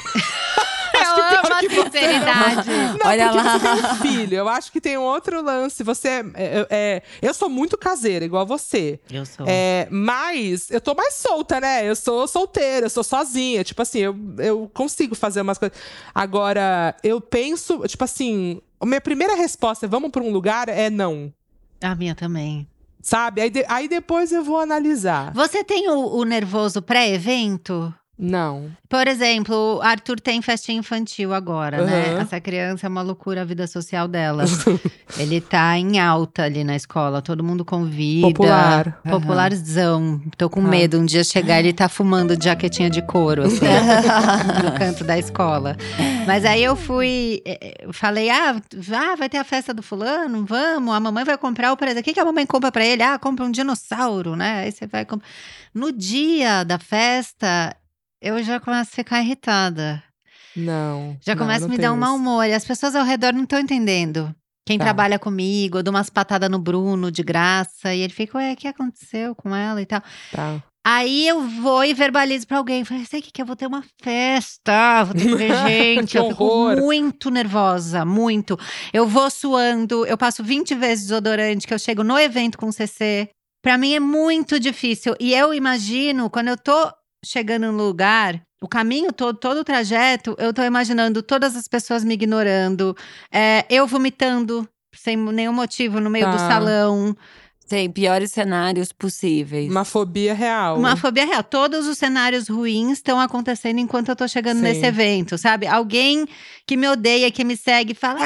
Eu amo a sinceridade. Não, Olha porque lá. você tem um filho. Eu acho que tem um outro lance. Você eu sou muito caseira, igual você. Eu sou. Mas eu tô mais solta, né? Eu sou solteira, eu sou sozinha. Tipo assim, eu consigo fazer umas coisas. Agora, eu penso, tipo assim, a minha primeira resposta, vamos pra um lugar, é não. A minha também. Sabe? Aí depois eu vou analisar. Você tem o nervoso pré-evento? Não. Por exemplo, o Arthur tem festinha infantil agora, né? Aham. Essa criança é uma loucura a vida social dela. Ele tá em alta ali na escola, todo mundo convida. Popular. Popularzão. Tô com Tá. medo um dia chegar ele tá fumando de jaquetinha de couro, assim, no canto da escola. Mas aí eu fui, falei, vai ter a festa do fulano, vamos, a mamãe vai comprar o presente. O que a mamãe compra pra ele? Compra um dinossauro, né? Aí você vai comprar. No dia da festa, eu já começo a ficar irritada. Não. Já não, começa não a me tenho dar um mau isso. humor. E as pessoas ao redor não estão entendendo. Quem Tá. trabalha comigo, eu dou umas patadas no Bruno de graça. E ele fica, ué, o que aconteceu com ela e tal. Tá. Aí eu vou e verbalizo pra alguém. Falei, sei que eu vou ter uma festa, vou ter que ver gente. Que Eu fico horror. muito nervosa, muito. Eu vou suando, eu passo 20 vezes desodorante, que eu chego no evento com CC. Pra mim é muito difícil. E eu imagino, quando eu tô chegando no lugar, o caminho todo o trajeto, eu tô imaginando todas as pessoas me ignorando, eu vomitando sem nenhum motivo no meio do Tá. salão. Tem piores cenários possíveis. Uma fobia real. Uma fobia real. Todos os cenários ruins estão acontecendo enquanto eu tô chegando Sim. nesse evento, sabe? Alguém que me odeia, que me segue, fala,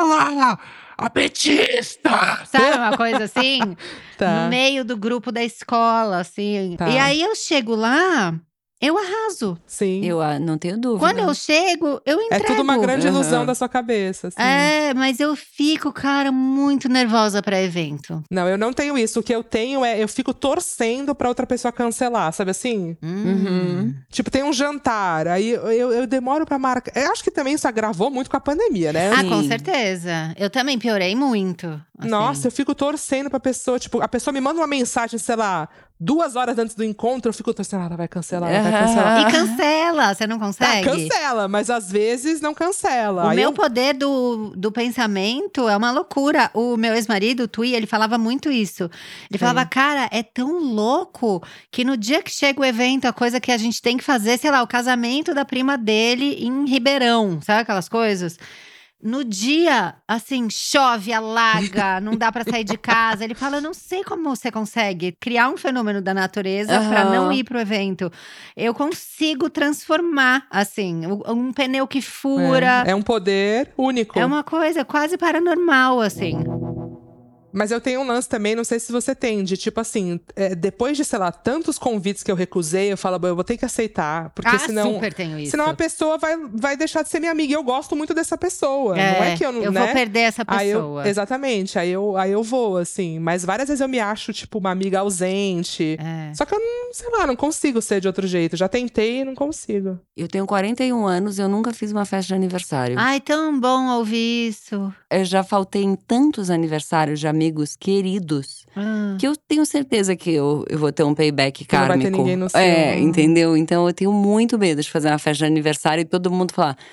A petista! sabe? Uma coisa assim. Tá. No meio do grupo da escola, assim. Tá. E aí eu chego lá, eu arraso. Sim. Eu não tenho dúvida. Quando eu chego, eu entrego. É tudo uma grande ilusão Aham. da sua cabeça, assim. Mas eu fico, cara, muito nervosa pra evento. Não, eu não tenho isso. O que eu tenho eu fico torcendo pra outra pessoa cancelar, sabe assim? Uhum. Tipo, tem um jantar, aí eu demoro pra marcar. Eu acho que também isso agravou muito com a pandemia, né? Com Sim. certeza. Eu também piorei muito. assim. Nossa, eu fico torcendo pra pessoa. Tipo, a pessoa me manda uma mensagem, sei lá, 2 horas antes do encontro, eu fico torcendo, ela vai cancelar, ela vai cancelar. E cancela, você não Tá, consegue? cancela, mas às vezes não cancela. O Aí meu eu- poder do pensamento é uma loucura. O meu ex-marido, o Tui, ele falava muito isso. Ele falava, cara, é tão louco que no dia que chega o evento, a coisa que a gente tem que fazer, sei lá, o casamento da prima dele em Ribeirão, sabe aquelas coisas? No dia, assim, chove, alaga, não dá pra sair de casa. Ele fala, eu não sei como você consegue criar um fenômeno da natureza pra Aham. não ir pro evento. Eu consigo transformar, assim, um pneu que fura. É um poder único. É uma coisa quase paranormal, assim. Mas eu tenho um lance também, não sei se você tem, de tipo assim, depois de, sei lá, tantos convites que eu recusei, eu falo, eu vou ter que aceitar. Porque senão. Super tenho isso. Senão a pessoa vai deixar de ser minha amiga. E eu gosto muito dessa pessoa. Não é que eu não. eu né? vou perder essa Aí pessoa. exatamente, aí eu vou, assim. Mas várias vezes eu me acho, tipo, uma amiga ausente. É. Só que eu não, sei lá, não consigo ser de outro jeito. Já tentei e não consigo. Eu tenho 41 anos, eu nunca fiz uma festa de aniversário. Ai, tão bom ouvir isso. Eu já faltei em tantos aniversários de amigos queridos que eu tenho certeza que eu vou ter um payback Que não vai ter kármico. ninguém no seu. Entendeu? Então eu tenho muito medo de fazer uma festa de aniversário e todo mundo falar: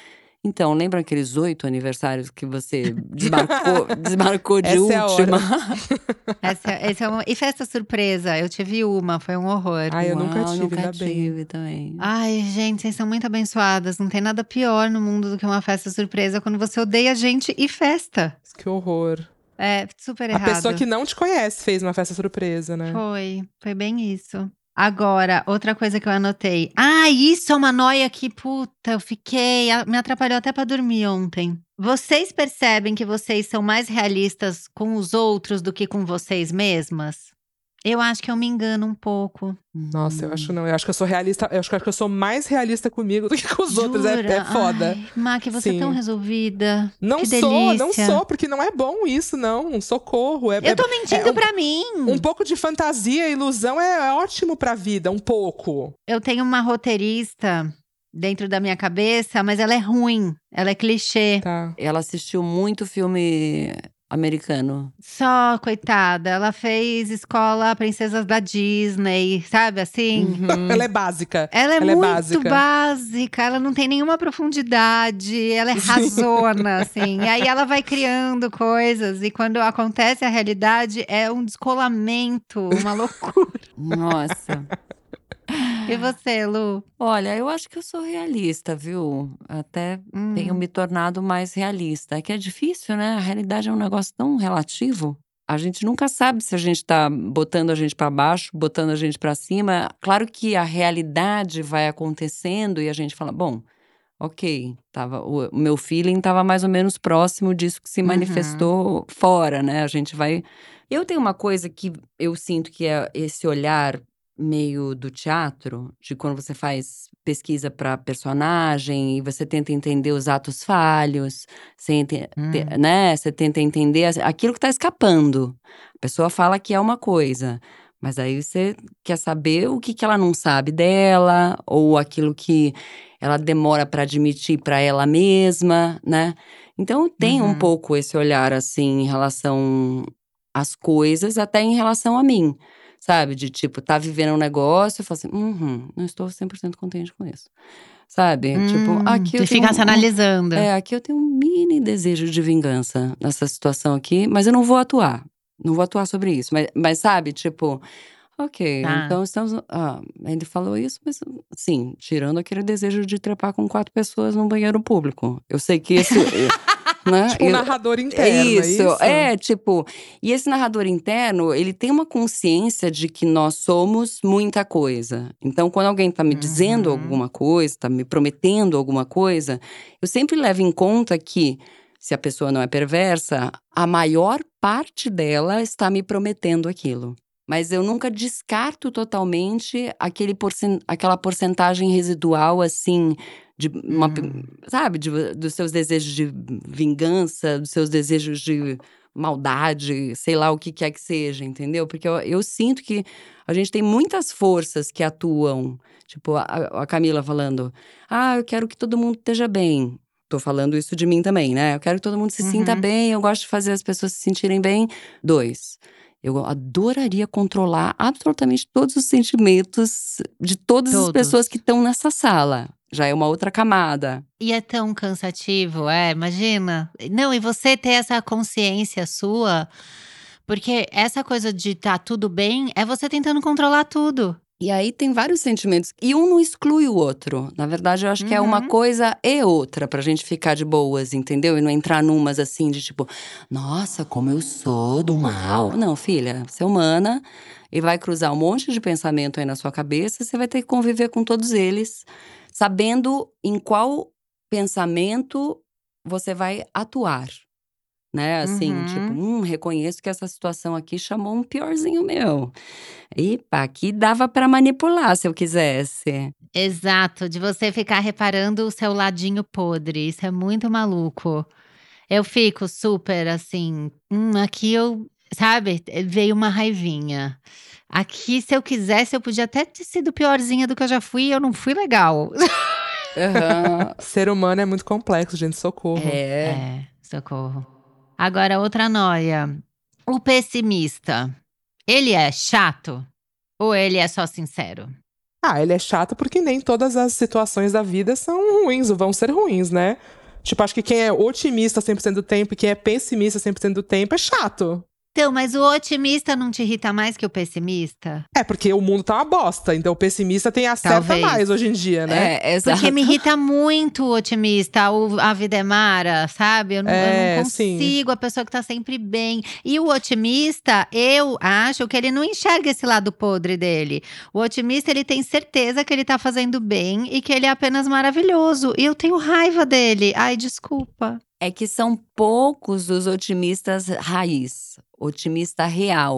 Então, lembra aqueles 8 aniversários que você desmarcou de Essa é a última? E festa surpresa? Eu tive uma, foi um horror. Ai, eu nunca Uau, tive, nunca ainda bem. tive também. Ai, gente, vocês são muito abençoadas. Não tem nada pior no mundo do que uma festa surpresa quando você odeia gente e festa. Que horror. É super A errado. pessoa que não te conhece fez uma festa surpresa, né? Foi bem isso. Agora, outra coisa que eu anotei. Ah, isso é uma noia que, puta, me atrapalhou até pra dormir ontem. Vocês percebem que vocês são mais realistas com os outros do que com vocês mesmas? Eu acho que eu me engano um pouco. Nossa, eu acho não. Eu acho que eu sou realista. Eu acho que eu sou mais realista comigo do que com os outros. Jura? É foda. Ai, Má, que você é Sim. tão resolvida. Não que sou, delícia. porque não é bom isso, não. Socorro. Eu tô mentindo pra mim. Um pouco de fantasia e ilusão é ótimo pra vida, um pouco. Eu tenho uma roteirista dentro da minha cabeça, mas ela é ruim. Ela é clichê. Tá. Ela assistiu muito filme americano. Só, coitada. Ela fez escola Princesas da Disney, sabe assim? Ela é básica. Ela é Ela é muito básica. básica, ela não tem nenhuma profundidade, ela é rasona, assim. E aí ela vai criando coisas, e quando acontece a realidade, é um descolamento, uma loucura. Nossa. E você, Lu? Olha, eu acho que eu sou realista, viu? Até tenho me tornado mais realista. É que é difícil, né? A realidade é um negócio tão relativo. A gente nunca sabe se a gente tá botando a gente pra baixo, botando a gente pra cima. Claro que a realidade vai acontecendo e a gente fala, bom, ok, o meu feeling tava mais ou menos próximo disso que se manifestou fora, né? A gente vai. Eu tenho uma coisa que eu sinto que é esse olhar meio do teatro, de quando você faz pesquisa para personagem e você tenta entender os atos falhos, né? Você tenta entender aquilo que tá escapando. A pessoa fala que é uma coisa, mas aí você quer saber o que ela não sabe dela, ou aquilo que ela demora para admitir para ela mesma, né? Então tem um pouco esse olhar assim em relação às coisas, até em relação a mim. Sabe, de tipo, tá vivendo um negócio e fala assim, não estou 100% contente com isso. Sabe, tipo, aqui eu De tenho ficar se analisando. aqui eu tenho um mini desejo de vingança nessa situação aqui, mas eu não vou atuar. Não vou atuar sobre isso, mas sabe, tipo, ok, Tá. então estamos… ele falou isso, mas sim, tirando aquele desejo de trepar com 4 pessoas num banheiro público. Eu sei que esse… né? Tipo um narrador interno, Isso, tipo… E esse narrador interno, ele tem uma consciência de que nós somos muita coisa. Então, quando alguém tá me dizendo alguma coisa, tá me prometendo alguma coisa, eu sempre levo em conta que, se a pessoa não é perversa, a maior parte dela está me prometendo aquilo. Mas eu nunca descarto totalmente aquela porcentagem residual, assim, de uma, sabe, dos seus desejos de vingança, dos seus desejos de maldade, sei lá o que quer que seja, entendeu? Porque eu sinto que a gente tem muitas forças que atuam. Tipo, a Camila falando, eu quero que todo mundo esteja bem. Tô falando isso de mim também, né? Eu quero que todo mundo se sinta bem, eu gosto de fazer as pessoas se sentirem bem. 2, eu adoraria controlar absolutamente todos os sentimentos de todas as pessoas que estão nessa sala. Já é uma outra camada. E é tão cansativo, imagina. Não, e você ter essa consciência sua, porque essa coisa de tá tudo bem é você tentando controlar tudo. E aí tem vários sentimentos, e um não exclui o outro. Na verdade, eu acho que é uma coisa e outra pra gente ficar de boas, entendeu? E não entrar numas assim de tipo, nossa, como eu sou do mal. Não, filha, você é humana e vai cruzar um monte de pensamento aí na sua cabeça, você vai ter que conviver com todos eles, sabendo em qual pensamento você vai atuar. Né, assim, tipo, reconheço que essa situação aqui chamou um piorzinho meu. Epa, aqui dava pra manipular se eu quisesse. Exato, de você ficar reparando o seu ladinho podre, isso é muito maluco. Eu fico super assim, aqui sabe, veio uma raivinha. Aqui, se eu quisesse, eu podia até ter sido piorzinha do que eu já fui e eu não fui legal. Ser humano é muito complexo, gente, socorro. Socorro. Agora, outra noia. O pessimista, ele é chato? Ou ele é só sincero? Ele é chato porque nem todas as situações da vida são ruins, ou vão ser ruins, né? Tipo, acho que quem é otimista 100% do tempo e quem é pessimista 100% do tempo é chato. Então, mas o otimista não te irrita mais que o pessimista? É, porque o mundo tá uma bosta, então o pessimista tem acerta Talvez. mais hoje em dia, né? Exato. Porque me irrita muito o otimista, a vida é mara, sabe? Eu não sim. consigo, a pessoa que tá sempre bem. E o otimista, eu acho que ele não enxerga esse lado podre dele. O otimista, ele tem certeza que ele tá fazendo bem e que ele é apenas maravilhoso. E eu tenho raiva dele. Ai, desculpa. É que são poucos os otimistas raiz, otimista real.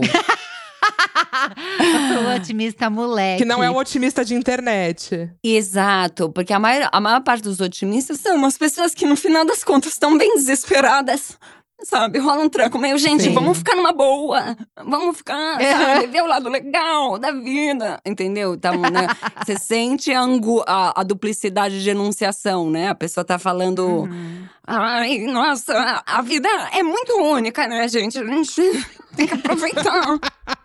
O otimista moleque. Que não é um otimista de internet. Exato, porque a maior parte dos otimistas são umas pessoas que no final das contas estão bem desesperadas. Sabe, rola um tranco meio, gente, Sim. vamos ficar numa boa. Vamos ficar, sabe, ver o lado legal da vida, entendeu? Então, né, você sente a duplicidade de enunciação, né? A pessoa tá falando… Ai, nossa, a vida é muito única, né, gente? A gente tem que aproveitar.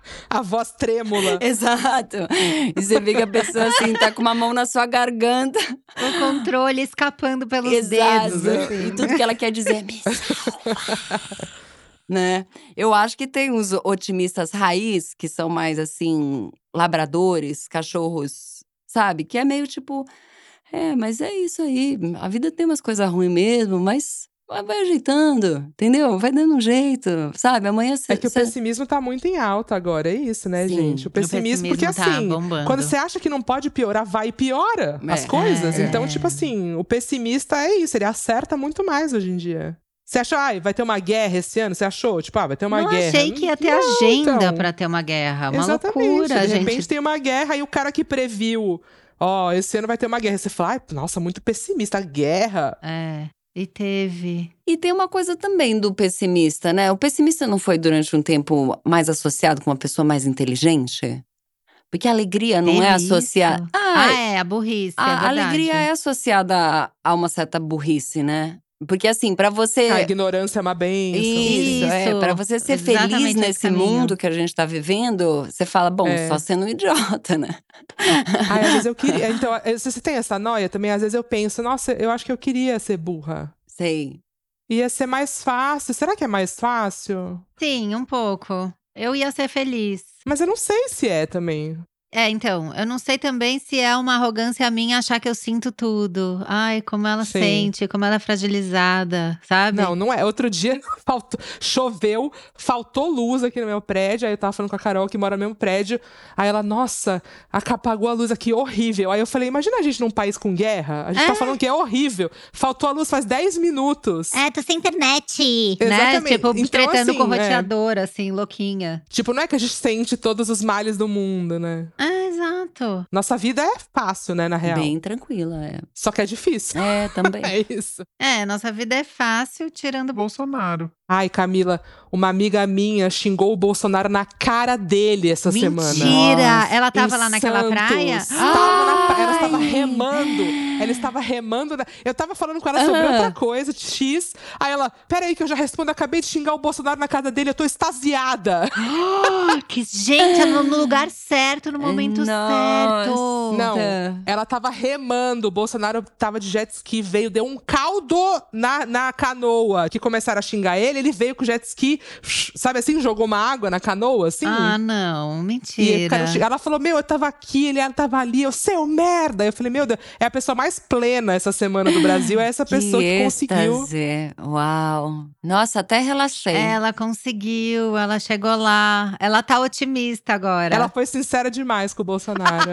A voz trêmula. Exato. E você vê que a pessoa, assim, tá com uma mão na sua garganta. O controle escapando pelos Exato. dedos. assim. E tudo que ela quer dizer é me salva. Né? Eu acho que tem os otimistas raiz, que são mais, assim, labradores, cachorros, sabe? Que é meio tipo… mas é isso aí. A vida tem umas coisas ruins mesmo, mas vai ajeitando, entendeu? Vai dando um jeito, sabe? Amanhã você… É que o pessimismo tá muito em alta agora, é isso, né, Sim, gente? O pessimismo, porque tá assim, bombando. quando você acha que não pode piorar, vai e piora as coisas. Então, tipo assim, o pessimista é isso, ele acerta muito mais hoje em dia. Você achou, vai ter uma guerra esse ano? Você achou? Tipo, vai ter uma Não guerra. achei que ia ter Não, agenda então. pra ter uma guerra. Uma Exatamente. loucura, De gente. repente tem uma guerra e o cara que previu, esse ano vai ter uma guerra. Você fala, nossa, muito pessimista, guerra. E teve. E tem uma coisa também do pessimista, né? O pessimista não foi durante um tempo mais associado com uma pessoa mais inteligente? Porque a alegria não Teve é associada… isso? A burrice, é A verdade. alegria é associada a uma certa burrice, né? Porque assim, pra você… A ignorância é uma benção. Isso, pra Isso, você ser exatamente feliz esse nesse caminho. mundo que a gente tá vivendo, você fala, bom, só sendo um idiota, né? Às vezes eu queria. Então, se você tem essa noia também, às vezes eu penso, nossa, eu acho que eu queria ser burra. Sei. Ia ser mais fácil. Será que é mais fácil? Sim, um pouco. Eu ia ser feliz. Mas eu não sei se é também. Então, eu não sei também se é uma arrogância minha achar que eu sinto tudo. Ai, como ela Sim. sente, como ela é fragilizada, sabe? Não é. Outro dia choveu, faltou luz aqui no meu prédio. Aí eu tava falando com a Carol, que mora no mesmo prédio. Aí ela, nossa, apagou a luz aqui, horrível. Aí eu falei, imagina a gente num país com guerra. A gente tá falando que é horrível. Faltou a luz faz 10 minutos. Tô sem internet. Né? Exatamente. Tipo, Então, tretando assim, com roteador, assim, louquinha. Tipo, não é que a gente sente todos os males do mundo, né? Exato. Nossa vida é fácil, né, na real. Bem tranquila, é. Só que é difícil. Também. É isso. Nossa vida é fácil, tirando… Bolsonaro. Ai, Camila, uma amiga minha xingou o Bolsonaro na cara dele essa semana. Mentira! Ela Em tava lá naquela Santos. praia? Ela estava remando. Ela estava remando. Eu tava falando com ela sobre outra coisa, X. Aí ela, peraí que eu já respondo. Acabei de xingar o Bolsonaro na casa dele, eu tô extasiada. Que gente, no lugar certo, no momento certo. Não, ela tava remando. O Bolsonaro tava de jet ski, deu um caldo na canoa. Que começaram a xingar ele veio com o jet ski, sabe assim, jogou uma água na canoa, assim. Não, E mentira. ela falou, eu tava aqui, ela tava ali, eu, seu merda. Eu falei, meu Deus, é a pessoa mais plena essa semana do Brasil, é essa pessoa que conseguiu. Uau. Nossa, até relaxei. Ela conseguiu, ela chegou lá. Ela tá otimista agora. Ela foi sincera demais com o Bolsonaro.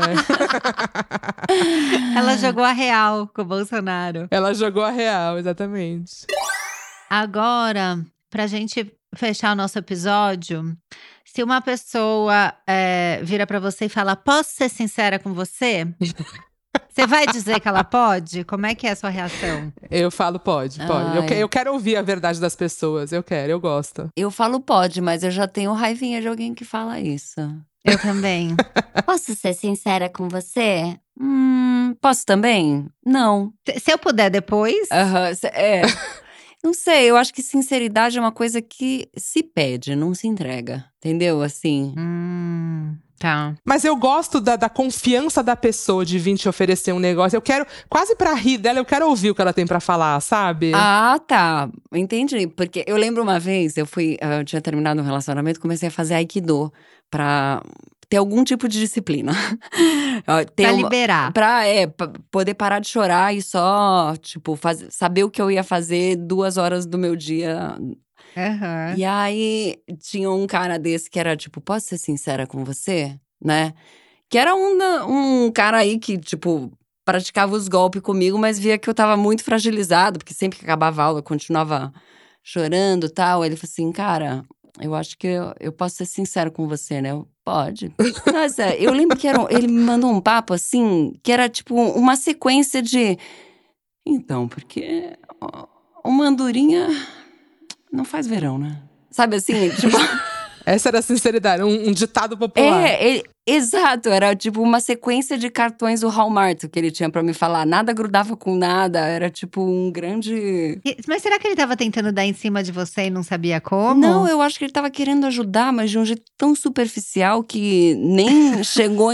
Ela jogou a real com o Bolsonaro. Ela jogou a real, exatamente. Agora, pra gente fechar o nosso episódio, se uma pessoa vira pra você e fala, posso ser sincera com você? Você vai dizer que ela pode? Como é que é a sua reação? Eu falo, pode. Eu quero ouvir a verdade das pessoas, eu gosto. Eu falo pode, mas eu já tenho raivinha de alguém que fala isso. Eu também. Posso ser sincera com você? Posso também? Não. Se eu puder depois… Não sei, eu acho que sinceridade é uma coisa que se pede, não se entrega. Entendeu? Assim. Tá. Mas eu gosto da confiança da pessoa de vir te oferecer um negócio. Eu quero, quase pra rir dela, eu quero ouvir o que ela tem pra falar, sabe? Ah, tá. Entendi. Porque eu lembro uma vez, eu tinha terminado um relacionamento, comecei a fazer Aikido pra ter algum tipo de disciplina. Pra liberar. Pra poder parar de chorar e só, tipo, saber o que eu ia fazer 2 horas do meu dia. Aham. E aí, tinha um cara desse que era tipo, posso ser sincera com você? Né? Que era um cara aí que, tipo, praticava os golpes comigo, mas via que eu tava muito fragilizado, porque sempre que acabava a aula eu continuava chorando e tal. Ele falou assim, cara, eu acho que eu posso ser sincero com você, né? Pode. Nossa, eu lembro que ele me mandou um papo assim, que era tipo uma sequência de. Então, porque uma andorinha não faz verão, né? Sabe assim, tipo. Essa era a sinceridade, um ditado popular. Exato, era tipo uma sequência de cartões do Hallmark que ele tinha pra me falar. Nada grudava com nada, era tipo um grande. Mas será que ele tava tentando dar em cima de você e não sabia como? Não, eu acho que ele tava querendo ajudar, mas de um jeito tão superficial que nem chegou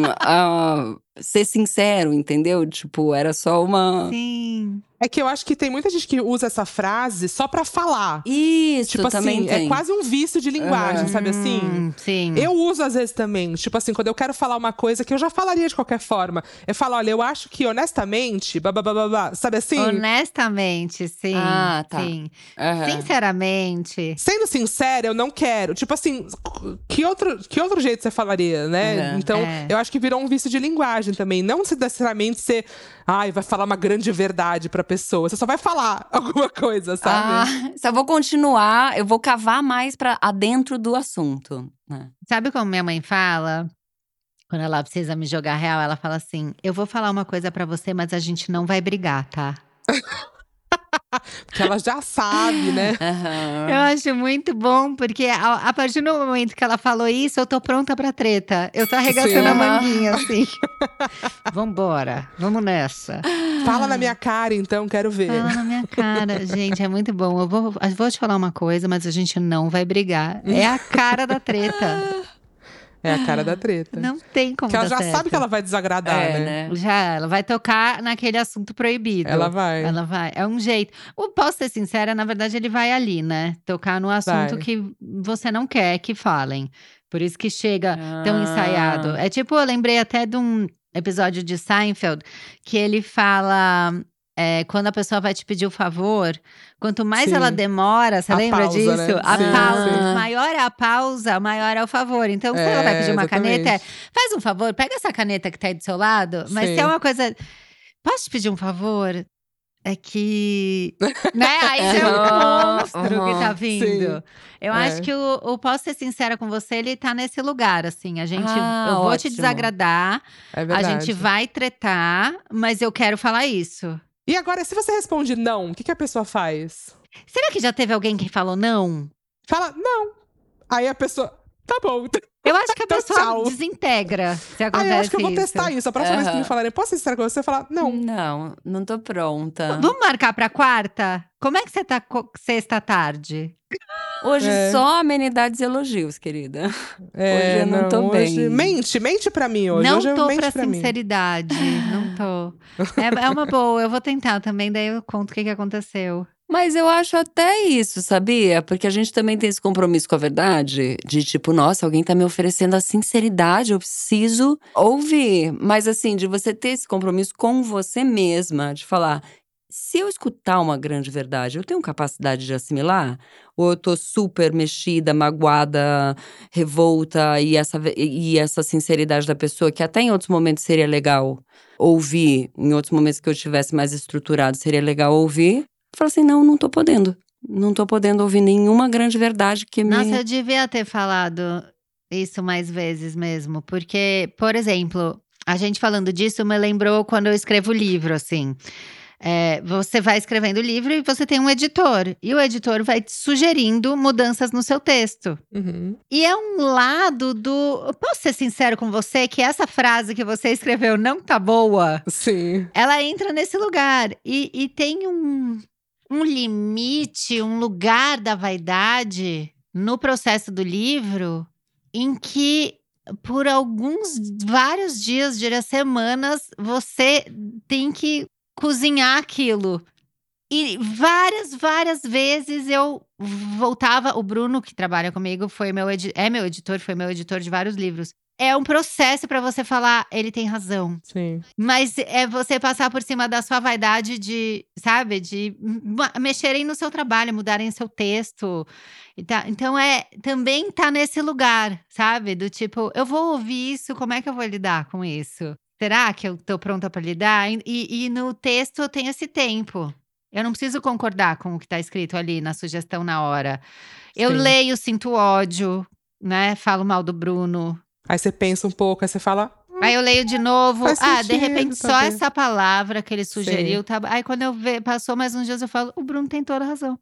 a ser sincero, entendeu? Tipo, era só uma. Sim. É que eu acho que tem muita gente que usa essa frase só pra falar. Isso, Tipo também assim, tem. é quase um vício de linguagem, sabe assim? Sim. Eu uso às vezes também, tipo assim, quando eu quero falar uma coisa que eu já falaria de qualquer forma. Eu falo, olha, eu acho que honestamente, babá, sabe assim? Honestamente, sim. Ah, tá. Sim. Aham. Sinceramente. Sendo sincera, eu não quero. Tipo assim, que outro jeito você falaria, né? Uhum. Então, É. eu acho que virou um vício de linguagem também. Não necessariamente ser, vai falar uma grande verdade pra pessoa. Você só vai falar alguma coisa, sabe? Só vou continuar, eu vou cavar mais pra adentro do assunto, né? Sabe como minha mãe fala? Quando ela precisa me jogar real, ela fala assim: eu vou falar uma coisa pra você, mas a gente não vai brigar, tá? Porque ela já sabe, né? Eu acho muito bom, porque a partir do momento que ela falou isso, eu tô pronta pra treta. Eu tô arregaçando a Sim. manguinha, assim. Vambora, vamos nessa. Fala na minha cara, então, quero ver. Fala na minha cara. Gente, é muito bom. Eu vou te falar uma coisa, mas a gente não vai brigar. É a cara da treta. É a cara da treta. Não tem como Porque ela dar já certo. sabe que ela vai desagradar, né? Já, ela vai tocar naquele assunto proibido. Ela vai. Ela vai. É um jeito. Posso ser sincera, na verdade, ele vai ali, né? Tocar no assunto Vai. que você não quer que falem. Por isso que chega tão ensaiado. É tipo, eu lembrei até de um episódio de Seinfeld que ele fala. Quando a pessoa vai te pedir o favor, quanto mais Sim. ela demora, você A lembra pausa, disso? né? A Sim, pausa. sim. Quanto maior é a pausa, maior é o favor. Então, se ela vai pedir uma caneta, faz um favor, pega essa caneta que tá aí do seu lado. Mas Sim. se é uma coisa. Posso te pedir um favor? É que. Né? Aí já é um monstro que tá vindo. Sim. Eu acho que o Posso Ser Sincera com Você, ele tá nesse lugar, assim. Eu vou te Ótimo. desagradar, É a verdade. gente vai tretar, mas eu quero falar isso. E agora, se você responde não, o que a pessoa faz? Será que já teve alguém que falou não? Fala, não. Aí a pessoa, tá bom. Eu acho que a Então, pessoa tchau. desintegra se acontece Aí eu acho que eu vou isso. testar isso. A próxima vez que me falarem, posso ser sincera com você? Eu falar, não. Não tô pronta. Vamos marcar pra quarta? Como é que você tá sexta à tarde? Hoje só amenidades e elogios, querida. Hoje eu não tô hoje... bem. Mente pra mim hoje. Não hoje tô mente pra pra mim. sinceridade, não tô. É uma boa, eu vou tentar também, daí eu conto o que aconteceu. Mas eu acho até isso, sabia? Porque a gente também tem esse compromisso com a verdade. De tipo, nossa, alguém tá me oferecendo a sinceridade, eu preciso ouvir. Mas assim, de você ter esse compromisso com você mesma. De falar, se eu escutar uma grande verdade, eu tenho capacidade de assimilar? Ou eu tô super mexida, magoada, revolta, e essa sinceridade da pessoa, que até em outros momentos seria legal ouvir, em outros momentos que eu estivesse mais estruturado, seria legal ouvir. Falei assim, não tô podendo. Não tô podendo ouvir nenhuma grande verdade que me… Nossa, eu devia ter falado isso mais vezes mesmo. Porque, por exemplo, a gente falando disso me lembrou quando eu escrevo livro, assim. Você vai escrevendo livro e você tem um editor. E o editor vai te sugerindo mudanças no seu texto. Uhum. E é um lado do… Posso ser sincero com você que essa frase que você escreveu não tá boa? Sim. Ela entra nesse lugar. E tem um limite, um lugar da vaidade no processo do livro em que por vários dias, diria semanas, você tem que cozinhar aquilo. E várias vezes eu voltava. O Bruno, que trabalha comigo, é meu editor, foi meu editor de vários livros. É um processo pra você falar, ele tem razão. Sim. Mas é você passar por cima da sua vaidade de, sabe, de mexerem no seu trabalho, mudarem seu texto. Então também tá nesse lugar, sabe? Do tipo, eu vou ouvir isso, como é que eu vou lidar com isso? Será que eu tô pronta pra lidar? E no texto eu tenho esse tempo. Eu não preciso concordar com o que tá escrito ali na sugestão na hora. Eu Sim. leio, sinto ódio, né? Falo mal do Bruno. Aí você pensa um pouco, aí você fala… Aí eu leio de novo. Faz De sentido, repente, só talvez. essa palavra que ele sugeriu. Tá… Aí quando passou mais uns dias, eu falo, o Bruno tem toda a razão.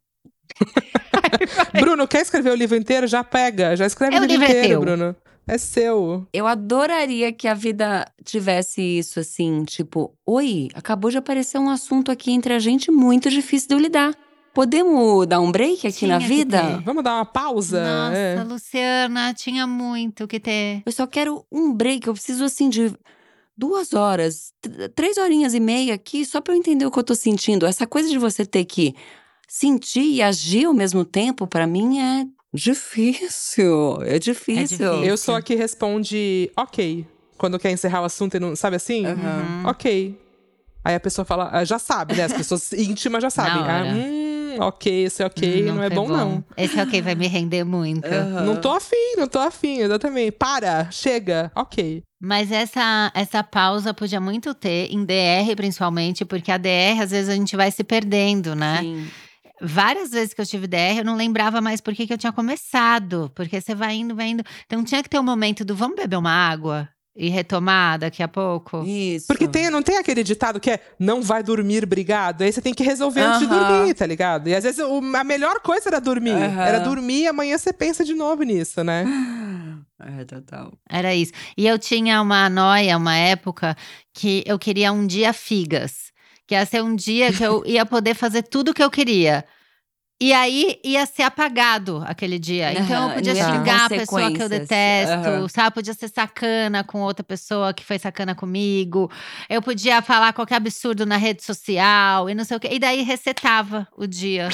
Bruno, quer escrever o livro inteiro? Já pega, já escreve o livro livro é inteiro, teu. Bruno. É seu. Eu adoraria que a vida tivesse isso, assim, tipo… Oi, acabou de aparecer um assunto aqui entre a gente muito difícil de eu lidar. Podemos dar um break aqui na Tinha que vida? ter. Vamos dar uma pausa? Nossa, É. Luciana, tinha muito que ter. Eu só quero um break, eu preciso, assim, de 2 horas, 3 horinhas e meia aqui, só pra eu entender o que eu tô sentindo. Essa coisa de você ter que sentir e agir ao mesmo tempo, pra mim é difícil. É difícil. difícil. Eu sou a que responde ok. Quando quer encerrar o assunto e não… Sabe assim? Uhum. Ok. Aí a pessoa fala… Já sabe, né? As pessoas íntimas já sabem. Na hora. Ok, esse ok não é foi bom, não. Esse ok vai me render muito. Não tô afim, exatamente. Para, chega, ok. Mas essa pausa podia muito ter, em DR principalmente, porque a DR, às vezes, a gente vai se perdendo, né? Sim. Várias vezes que eu tive DR, eu não lembrava mais por que eu tinha começado. Porque você vai indo. Então tinha que ter um momento do vamos beber uma água e retomar daqui a pouco. Isso. Porque não tem aquele ditado que é não vai dormir brigado. Aí você tem que resolver antes de Aham. dormir, tá ligado? E às vezes a melhor coisa era dormir. Aham. Era dormir e amanhã você pensa de novo nisso, né? É, total. Era isso. E eu tinha uma noia, uma época, que eu queria um dia figas. Que ia ser um dia que eu ia poder fazer tudo o que eu queria. E aí ia ser apagado aquele dia. Então eu Aham, podia não ia ter xingar a pessoa que eu consequências. detesto, Aham. sabe? Podia ser sacana com outra pessoa que foi sacana comigo. Eu podia falar qualquer absurdo na rede social e não sei o quê. E daí resetava o dia.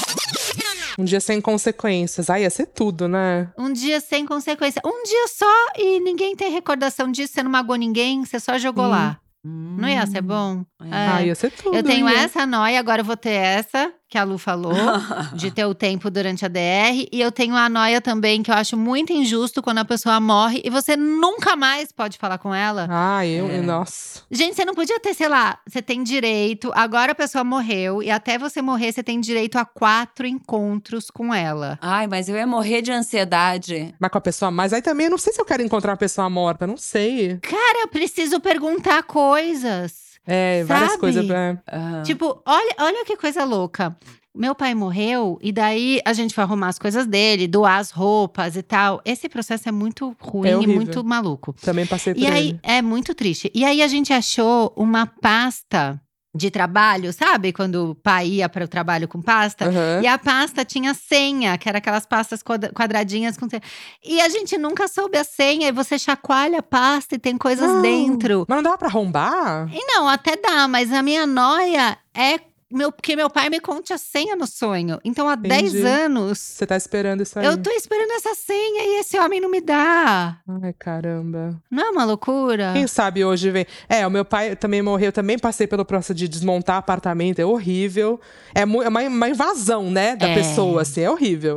Um dia sem consequências. Ia ser tudo, né? Um dia sem consequência. Um dia só e ninguém tem recordação disso. Você não magoou ninguém, você só jogou lá. Não ia ser bom? É. Ia ser tudo. Eu tenho ia. essa noia, agora eu vou ter essa, que a Lu falou, de ter o tempo durante a DR. E eu tenho a noia também, que eu acho muito injusto quando a pessoa morre e você nunca mais pode falar com ela. Nossa. Gente, você não podia ter, sei lá, você tem direito, agora a pessoa morreu e até você morrer você tem direito a 4 encontros com ela. Ai, mas eu ia morrer de ansiedade. Mas com a pessoa… Mas aí também, eu não sei se eu quero encontrar uma pessoa morta, não sei. Cara, eu preciso perguntar coisas. Várias Sabe? coisas pra… Tipo, olha que coisa louca. Meu pai morreu e daí a gente foi arrumar as coisas dele, doar as roupas e tal. Esse processo é muito ruim e horrível. muito maluco. Também passei por E aí, ele. é muito triste. E aí a gente achou uma pasta de trabalho, sabe? Quando o pai ia para o trabalho com pasta. Aham. E a pasta tinha senha, que era aquelas pastas quadradinhas com senha. E a gente nunca soube a senha. E você chacoalha a pasta e tem coisas dentro. Mas não dava pra arrombar? E não, até dá, mas a minha noia é que meu pai me conte a senha no sonho. Então, há 10 Entendi. anos, Você tá esperando isso aí. eu tô esperando essa senha e esse homem não me dá. Ai, caramba. Não é uma loucura? Quem sabe hoje vem… o meu pai também morreu, também passei pelo processo de desmontar apartamento, é horrível. É uma invasão, né, da pessoa, assim, é horrível,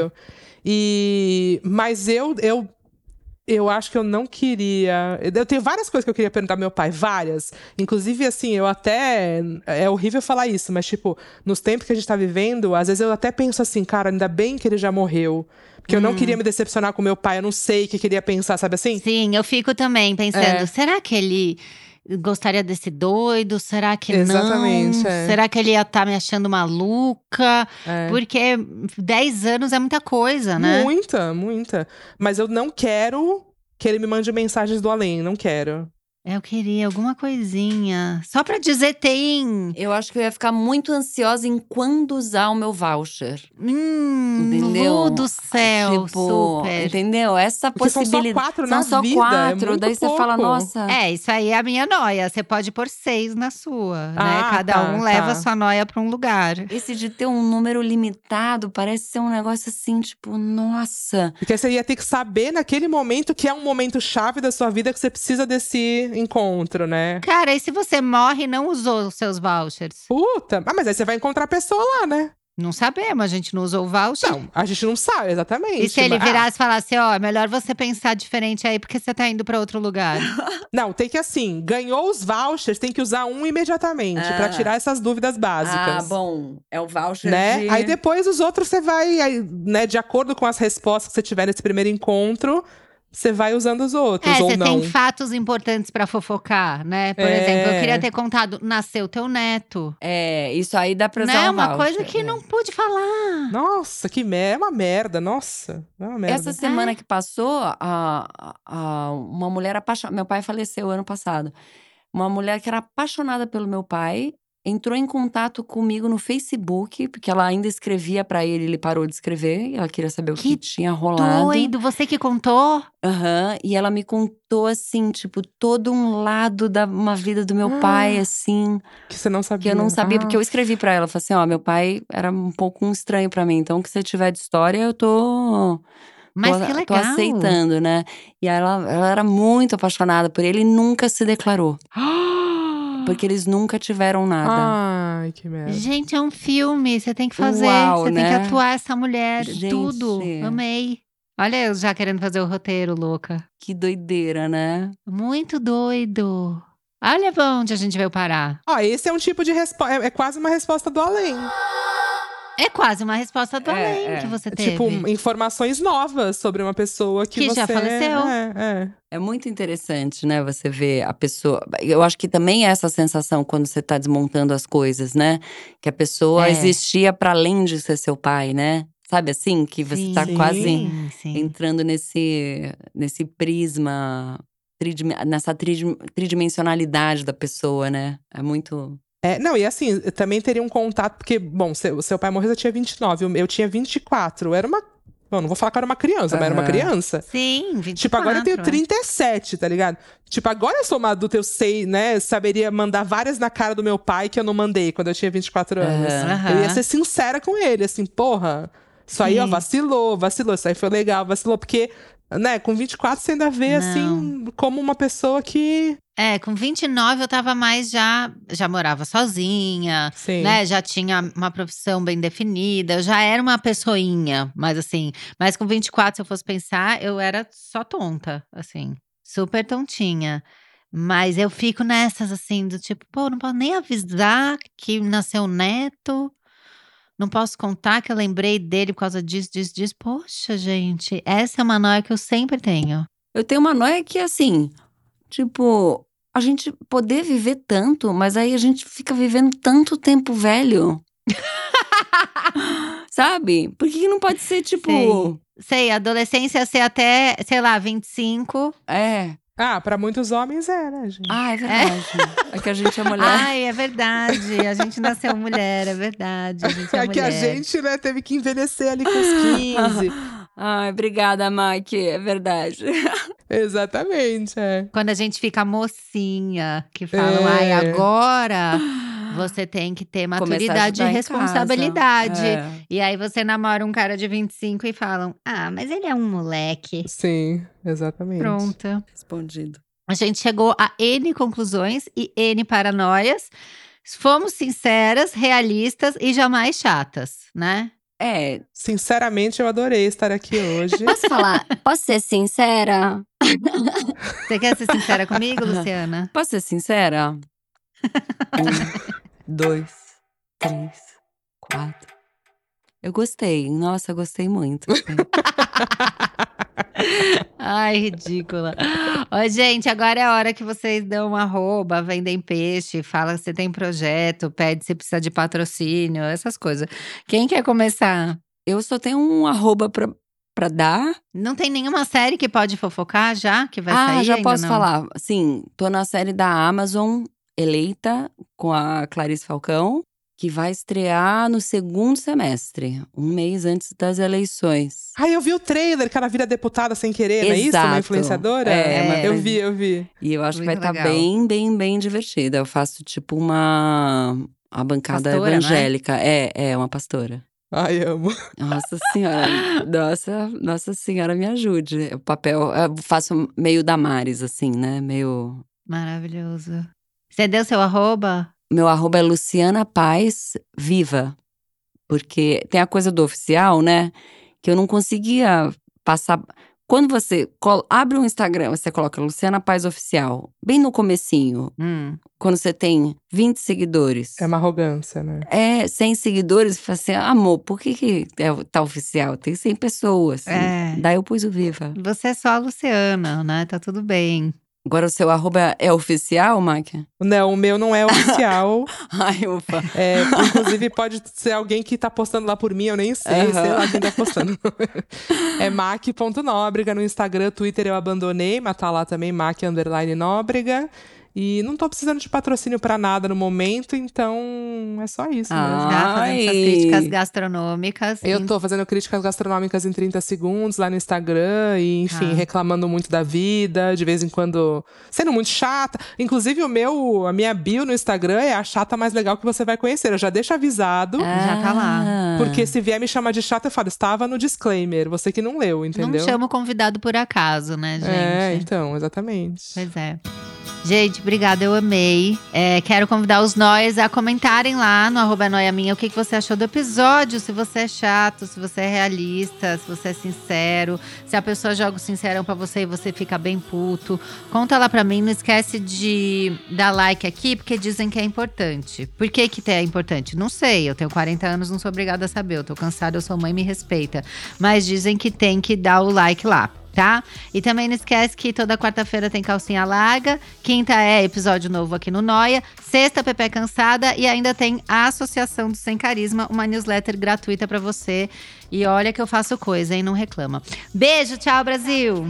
Mas eu acho que eu não queria… Eu tenho várias coisas que eu queria perguntar ao meu pai, várias. Inclusive, assim, eu até… É horrível falar isso, mas, tipo, nos tempos que a gente tá vivendo, às vezes eu até penso assim, cara, ainda bem que ele já morreu. Porque eu não queria me decepcionar com meu pai, eu não sei o que queria pensar, sabe assim? Sim, eu fico também pensando, será que ele gostaria desse doido? Será que Exatamente, não? Será que ele ia estar me achando maluca? Porque 10 anos é muita coisa, né? Muita. Mas eu não quero que ele me mande mensagens do além, não quero. Eu queria alguma coisinha. Só pra dizer tem. Eu acho que eu ia ficar muito ansiosa em quando usar o meu voucher. Entendeu? Do céu, Tipo, super. entendeu? Essa Porque são só possibilidade. 4 São na só vida, é 4, muito daí você fala, pouco. nossa. Isso aí é a minha noia. Você pode pôr 6 na sua, né? Ah, Cada tá, um leva a tá. sua noia pra um lugar. Esse de ter um número limitado parece ser um negócio assim, tipo, nossa. Porque você ia ter que saber naquele momento que é um momento chave da sua vida que você precisa desse encontro, né? Cara, e se você morre e não usou os seus vouchers? Puta, mas aí você vai encontrar a pessoa lá, né? Não sabemos, a gente não usou o voucher. Não, a gente não sabe exatamente. E se ele mas- virasse e falasse, ó, é melhor você pensar diferente aí, porque você tá indo pra outro lugar. Não, tem que assim, ganhou os vouchers, tem que usar um imediatamente pra Ah. tirar essas dúvidas básicas. Ah, bom. É o voucher Né? de… Aí depois os outros você vai, aí, né, de acordo com as respostas que você tiver nesse primeiro encontro, você vai usando os outros, ou Você não. tem fatos importantes pra fofocar, né? Por É. exemplo, eu queria ter contado, nasceu teu neto. É, isso aí dá pra usar Né? um Uma voucher, coisa que é. não pude falar. Nossa, é uma merda, nossa. É uma merda. Essa semana que passou, uma mulher apaixonada… Meu pai faleceu ano passado. Uma mulher que era apaixonada pelo meu pai entrou em contato comigo no Facebook, porque ela ainda escrevia pra ele parou de escrever. Ela queria saber o que tinha rolado. Doido, você que contou? Aham, e ela me contou, assim, tipo, todo um lado da uma vida do meu pai, assim, Que você não sabia. que eu não sabia, porque eu Ah, escrevi pra ela. Falei assim, ó, meu pai era um pouco estranho pra mim, então o que você tiver de história, eu tô Mas que tô legal. aceitando, né. E aí ela era muito apaixonada por ele e nunca se declarou, porque eles nunca tiveram nada. Ai, que merda. Gente, é um filme, você tem que fazer, Uau, você tem né? que atuar essa mulher, Gente. tudo. Amei. Olha eu já querendo fazer o roteiro, louca. Que doideira, né. Muito doido. Olha pra onde a gente veio parar. Ó, esse é um tipo de resposta. É quase uma resposta do além. É quase uma resposta do além que você teve. Tipo, informações novas sobre uma pessoa que Que você… já faleceu. É. É muito interessante, né, você ver a pessoa… Eu acho que também é essa sensação quando você tá desmontando as coisas, né, que a pessoa É. existia pra além de ser seu pai, né. Sabe assim? Que você tá Sim. quase sim. entrando nesse prisma, nessa tridimensionalidade da pessoa, né. É muito… Não, e assim, eu também teria um contato, porque, bom, o seu pai morreu, eu tinha 29, eu tinha 24. Era uma. Bom, não vou falar que eu era uma criança, mas era uma Aham. criança. Sim, 24. Tipo, agora eu tenho é. 37, tá ligado? Tipo, agora eu sou uma adulta, eu sei, né? Saberia mandar várias na cara do meu pai que eu não mandei quando eu tinha 24 anos. Aham. Eu ia ser sincera com ele, assim, porra. Isso aí, ó, Sim. vacilou. Isso aí foi legal, vacilou. Porque, né, com 24 você ainda vê, assim, como uma pessoa que… Com 29 eu tava mais já morava sozinha, Sim. né? Já tinha uma profissão bem definida, eu já era uma pessoinha, mas com 24, se eu fosse pensar, eu era só tonta, assim, super tontinha. Mas eu fico nessas, assim, do tipo, pô, não posso nem avisar que nasceu um neto, não posso contar que eu lembrei dele por causa disso. Poxa, gente, essa é uma noia que eu sempre tenho. Eu tenho uma noia que, assim, tipo, a gente poder viver tanto, mas aí a gente fica vivendo tanto tempo velho. Sabe? Por que não pode ser, tipo… Sei, adolescência ser até, sei lá, 25. É. Ah, pra muitos homens né, gente? Ah, é verdade. É que a gente é mulher. Ai, é verdade. A gente nasceu mulher, é verdade. A gente é É que a mulher. gente, né, teve que envelhecer ali com os 15. Ai, obrigada, Mike. É verdade. Exatamente, é. Quando a gente fica mocinha, que falam, É. ai, agora você tem que ter Começar a maturidade e ajudar em responsabilidade. casa. É. E aí você namora um cara de 25 e falam, Ah, mas ele é um moleque. Sim, exatamente. pronto. Respondido. A gente chegou a N conclusões e N paranoias. Fomos sinceras, realistas e jamais chatas, né? É, Sinceramente, eu adorei estar aqui hoje. Posso falar? Posso ser sincera? Você quer ser sincera comigo, Luciana? posso ser sincera? 1, 2, 3, 4. Eu gostei. Nossa, eu gostei muito. Ai, ridícula. Ó, gente, agora é a hora que vocês dão um arroba, vendem peixe, fala que você tem projeto, pede se precisa de patrocínio, essas coisas. Quem quer começar? Eu só tenho um arroba pra dar. Não tem nenhuma série que pode fofocar já? Que vai sair? Já ainda posso não? falar. Sim, tô na série da Amazon, Eleita, com a Clarice Falcão, que vai estrear no segundo semestre, um mês antes das eleições. Ai, eu vi o trailer, que ela vira deputada sem querer, não é isso? Uma Exato. influenciadora? É, eu vi. E eu acho que vai Muito estar legal. bem divertida. Eu faço tipo a bancada Pastora, não é? evangélica. É uma pastora. Ai, amo. Nossa senhora, nossa senhora me ajude. O papel, eu faço meio Damares, assim, né? Meio… Maravilhoso. Você deu seu @? Meu @ é Luciana Paz Viva. Porque tem a coisa do oficial, né? Que eu não conseguia passar… Quando você abre um Instagram, você coloca Luciana Paz Oficial, bem no comecinho, quando você tem 20 seguidores. É uma arrogância, né? 100 seguidores, você fala assim, amor, por que tá oficial? Tem 100 pessoas. Daí eu pus o Viva. Você é só a Luciana, né? Tá tudo bem. Agora o seu @ é oficial, Máquia? Não, o meu não é oficial. Ai, ufa. Inclusive, pode ser alguém que tá postando lá por mim, eu nem sei, sei lá quem tá postando. É mac.nóbrega no Instagram, Twitter eu abandonei, mas tá lá também, mac_nóbrega. E não tô precisando de patrocínio pra nada no momento, então é só isso mesmo. Tá fazendo essas críticas gastronômicas. Eu tô fazendo críticas gastronômicas em 30 segundos lá no Instagram e, enfim, reclamando muito da vida, de vez em quando sendo muito chata. Inclusive, a minha bio no Instagram é a chata mais legal que você vai conhecer. Eu já deixo avisado, Já tá lá. porque se vier me chamar de chata, eu falo, estava no disclaimer, você que não leu, entendeu? Não chama o convidado por acaso, né, gente? Então, exatamente. Pois é. Gente, obrigada, eu amei. Quero convidar os nóias a comentarem lá no @noiaminha o que você achou do episódio. Se você é chato, se você é realista, se você é sincero. Se a pessoa joga o sincerão pra você e você fica bem puto. Conta lá pra mim, não esquece de dar like aqui, porque dizem que é importante. Por que é importante? Não sei, eu tenho 40 anos, não sou obrigada a saber. Eu tô cansada, eu sou mãe, me respeita. Mas dizem que tem que dar o like lá. Tá? E também não esquece que toda quarta-feira tem calcinha larga, quinta é episódio novo aqui no Noia, sexta Pepe Cansada e ainda tem a Associação do Sem Carisma, uma newsletter gratuita pra você. E olha que eu faço coisa, hein? Não reclama. Beijo, tchau, Brasil!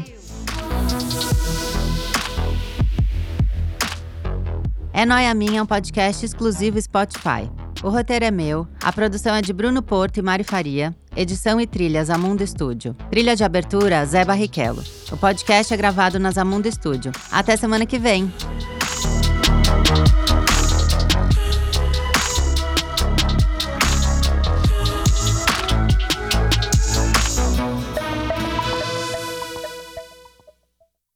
É Nóia Minha, um podcast exclusivo Spotify. O roteiro é meu, a produção é de Bruno Porto e Mari Faria, edição e trilhas Amundo Estúdio. Trilha de abertura, Zé Barrichello. O podcast é gravado na Amundo Estúdio. Até semana que vem!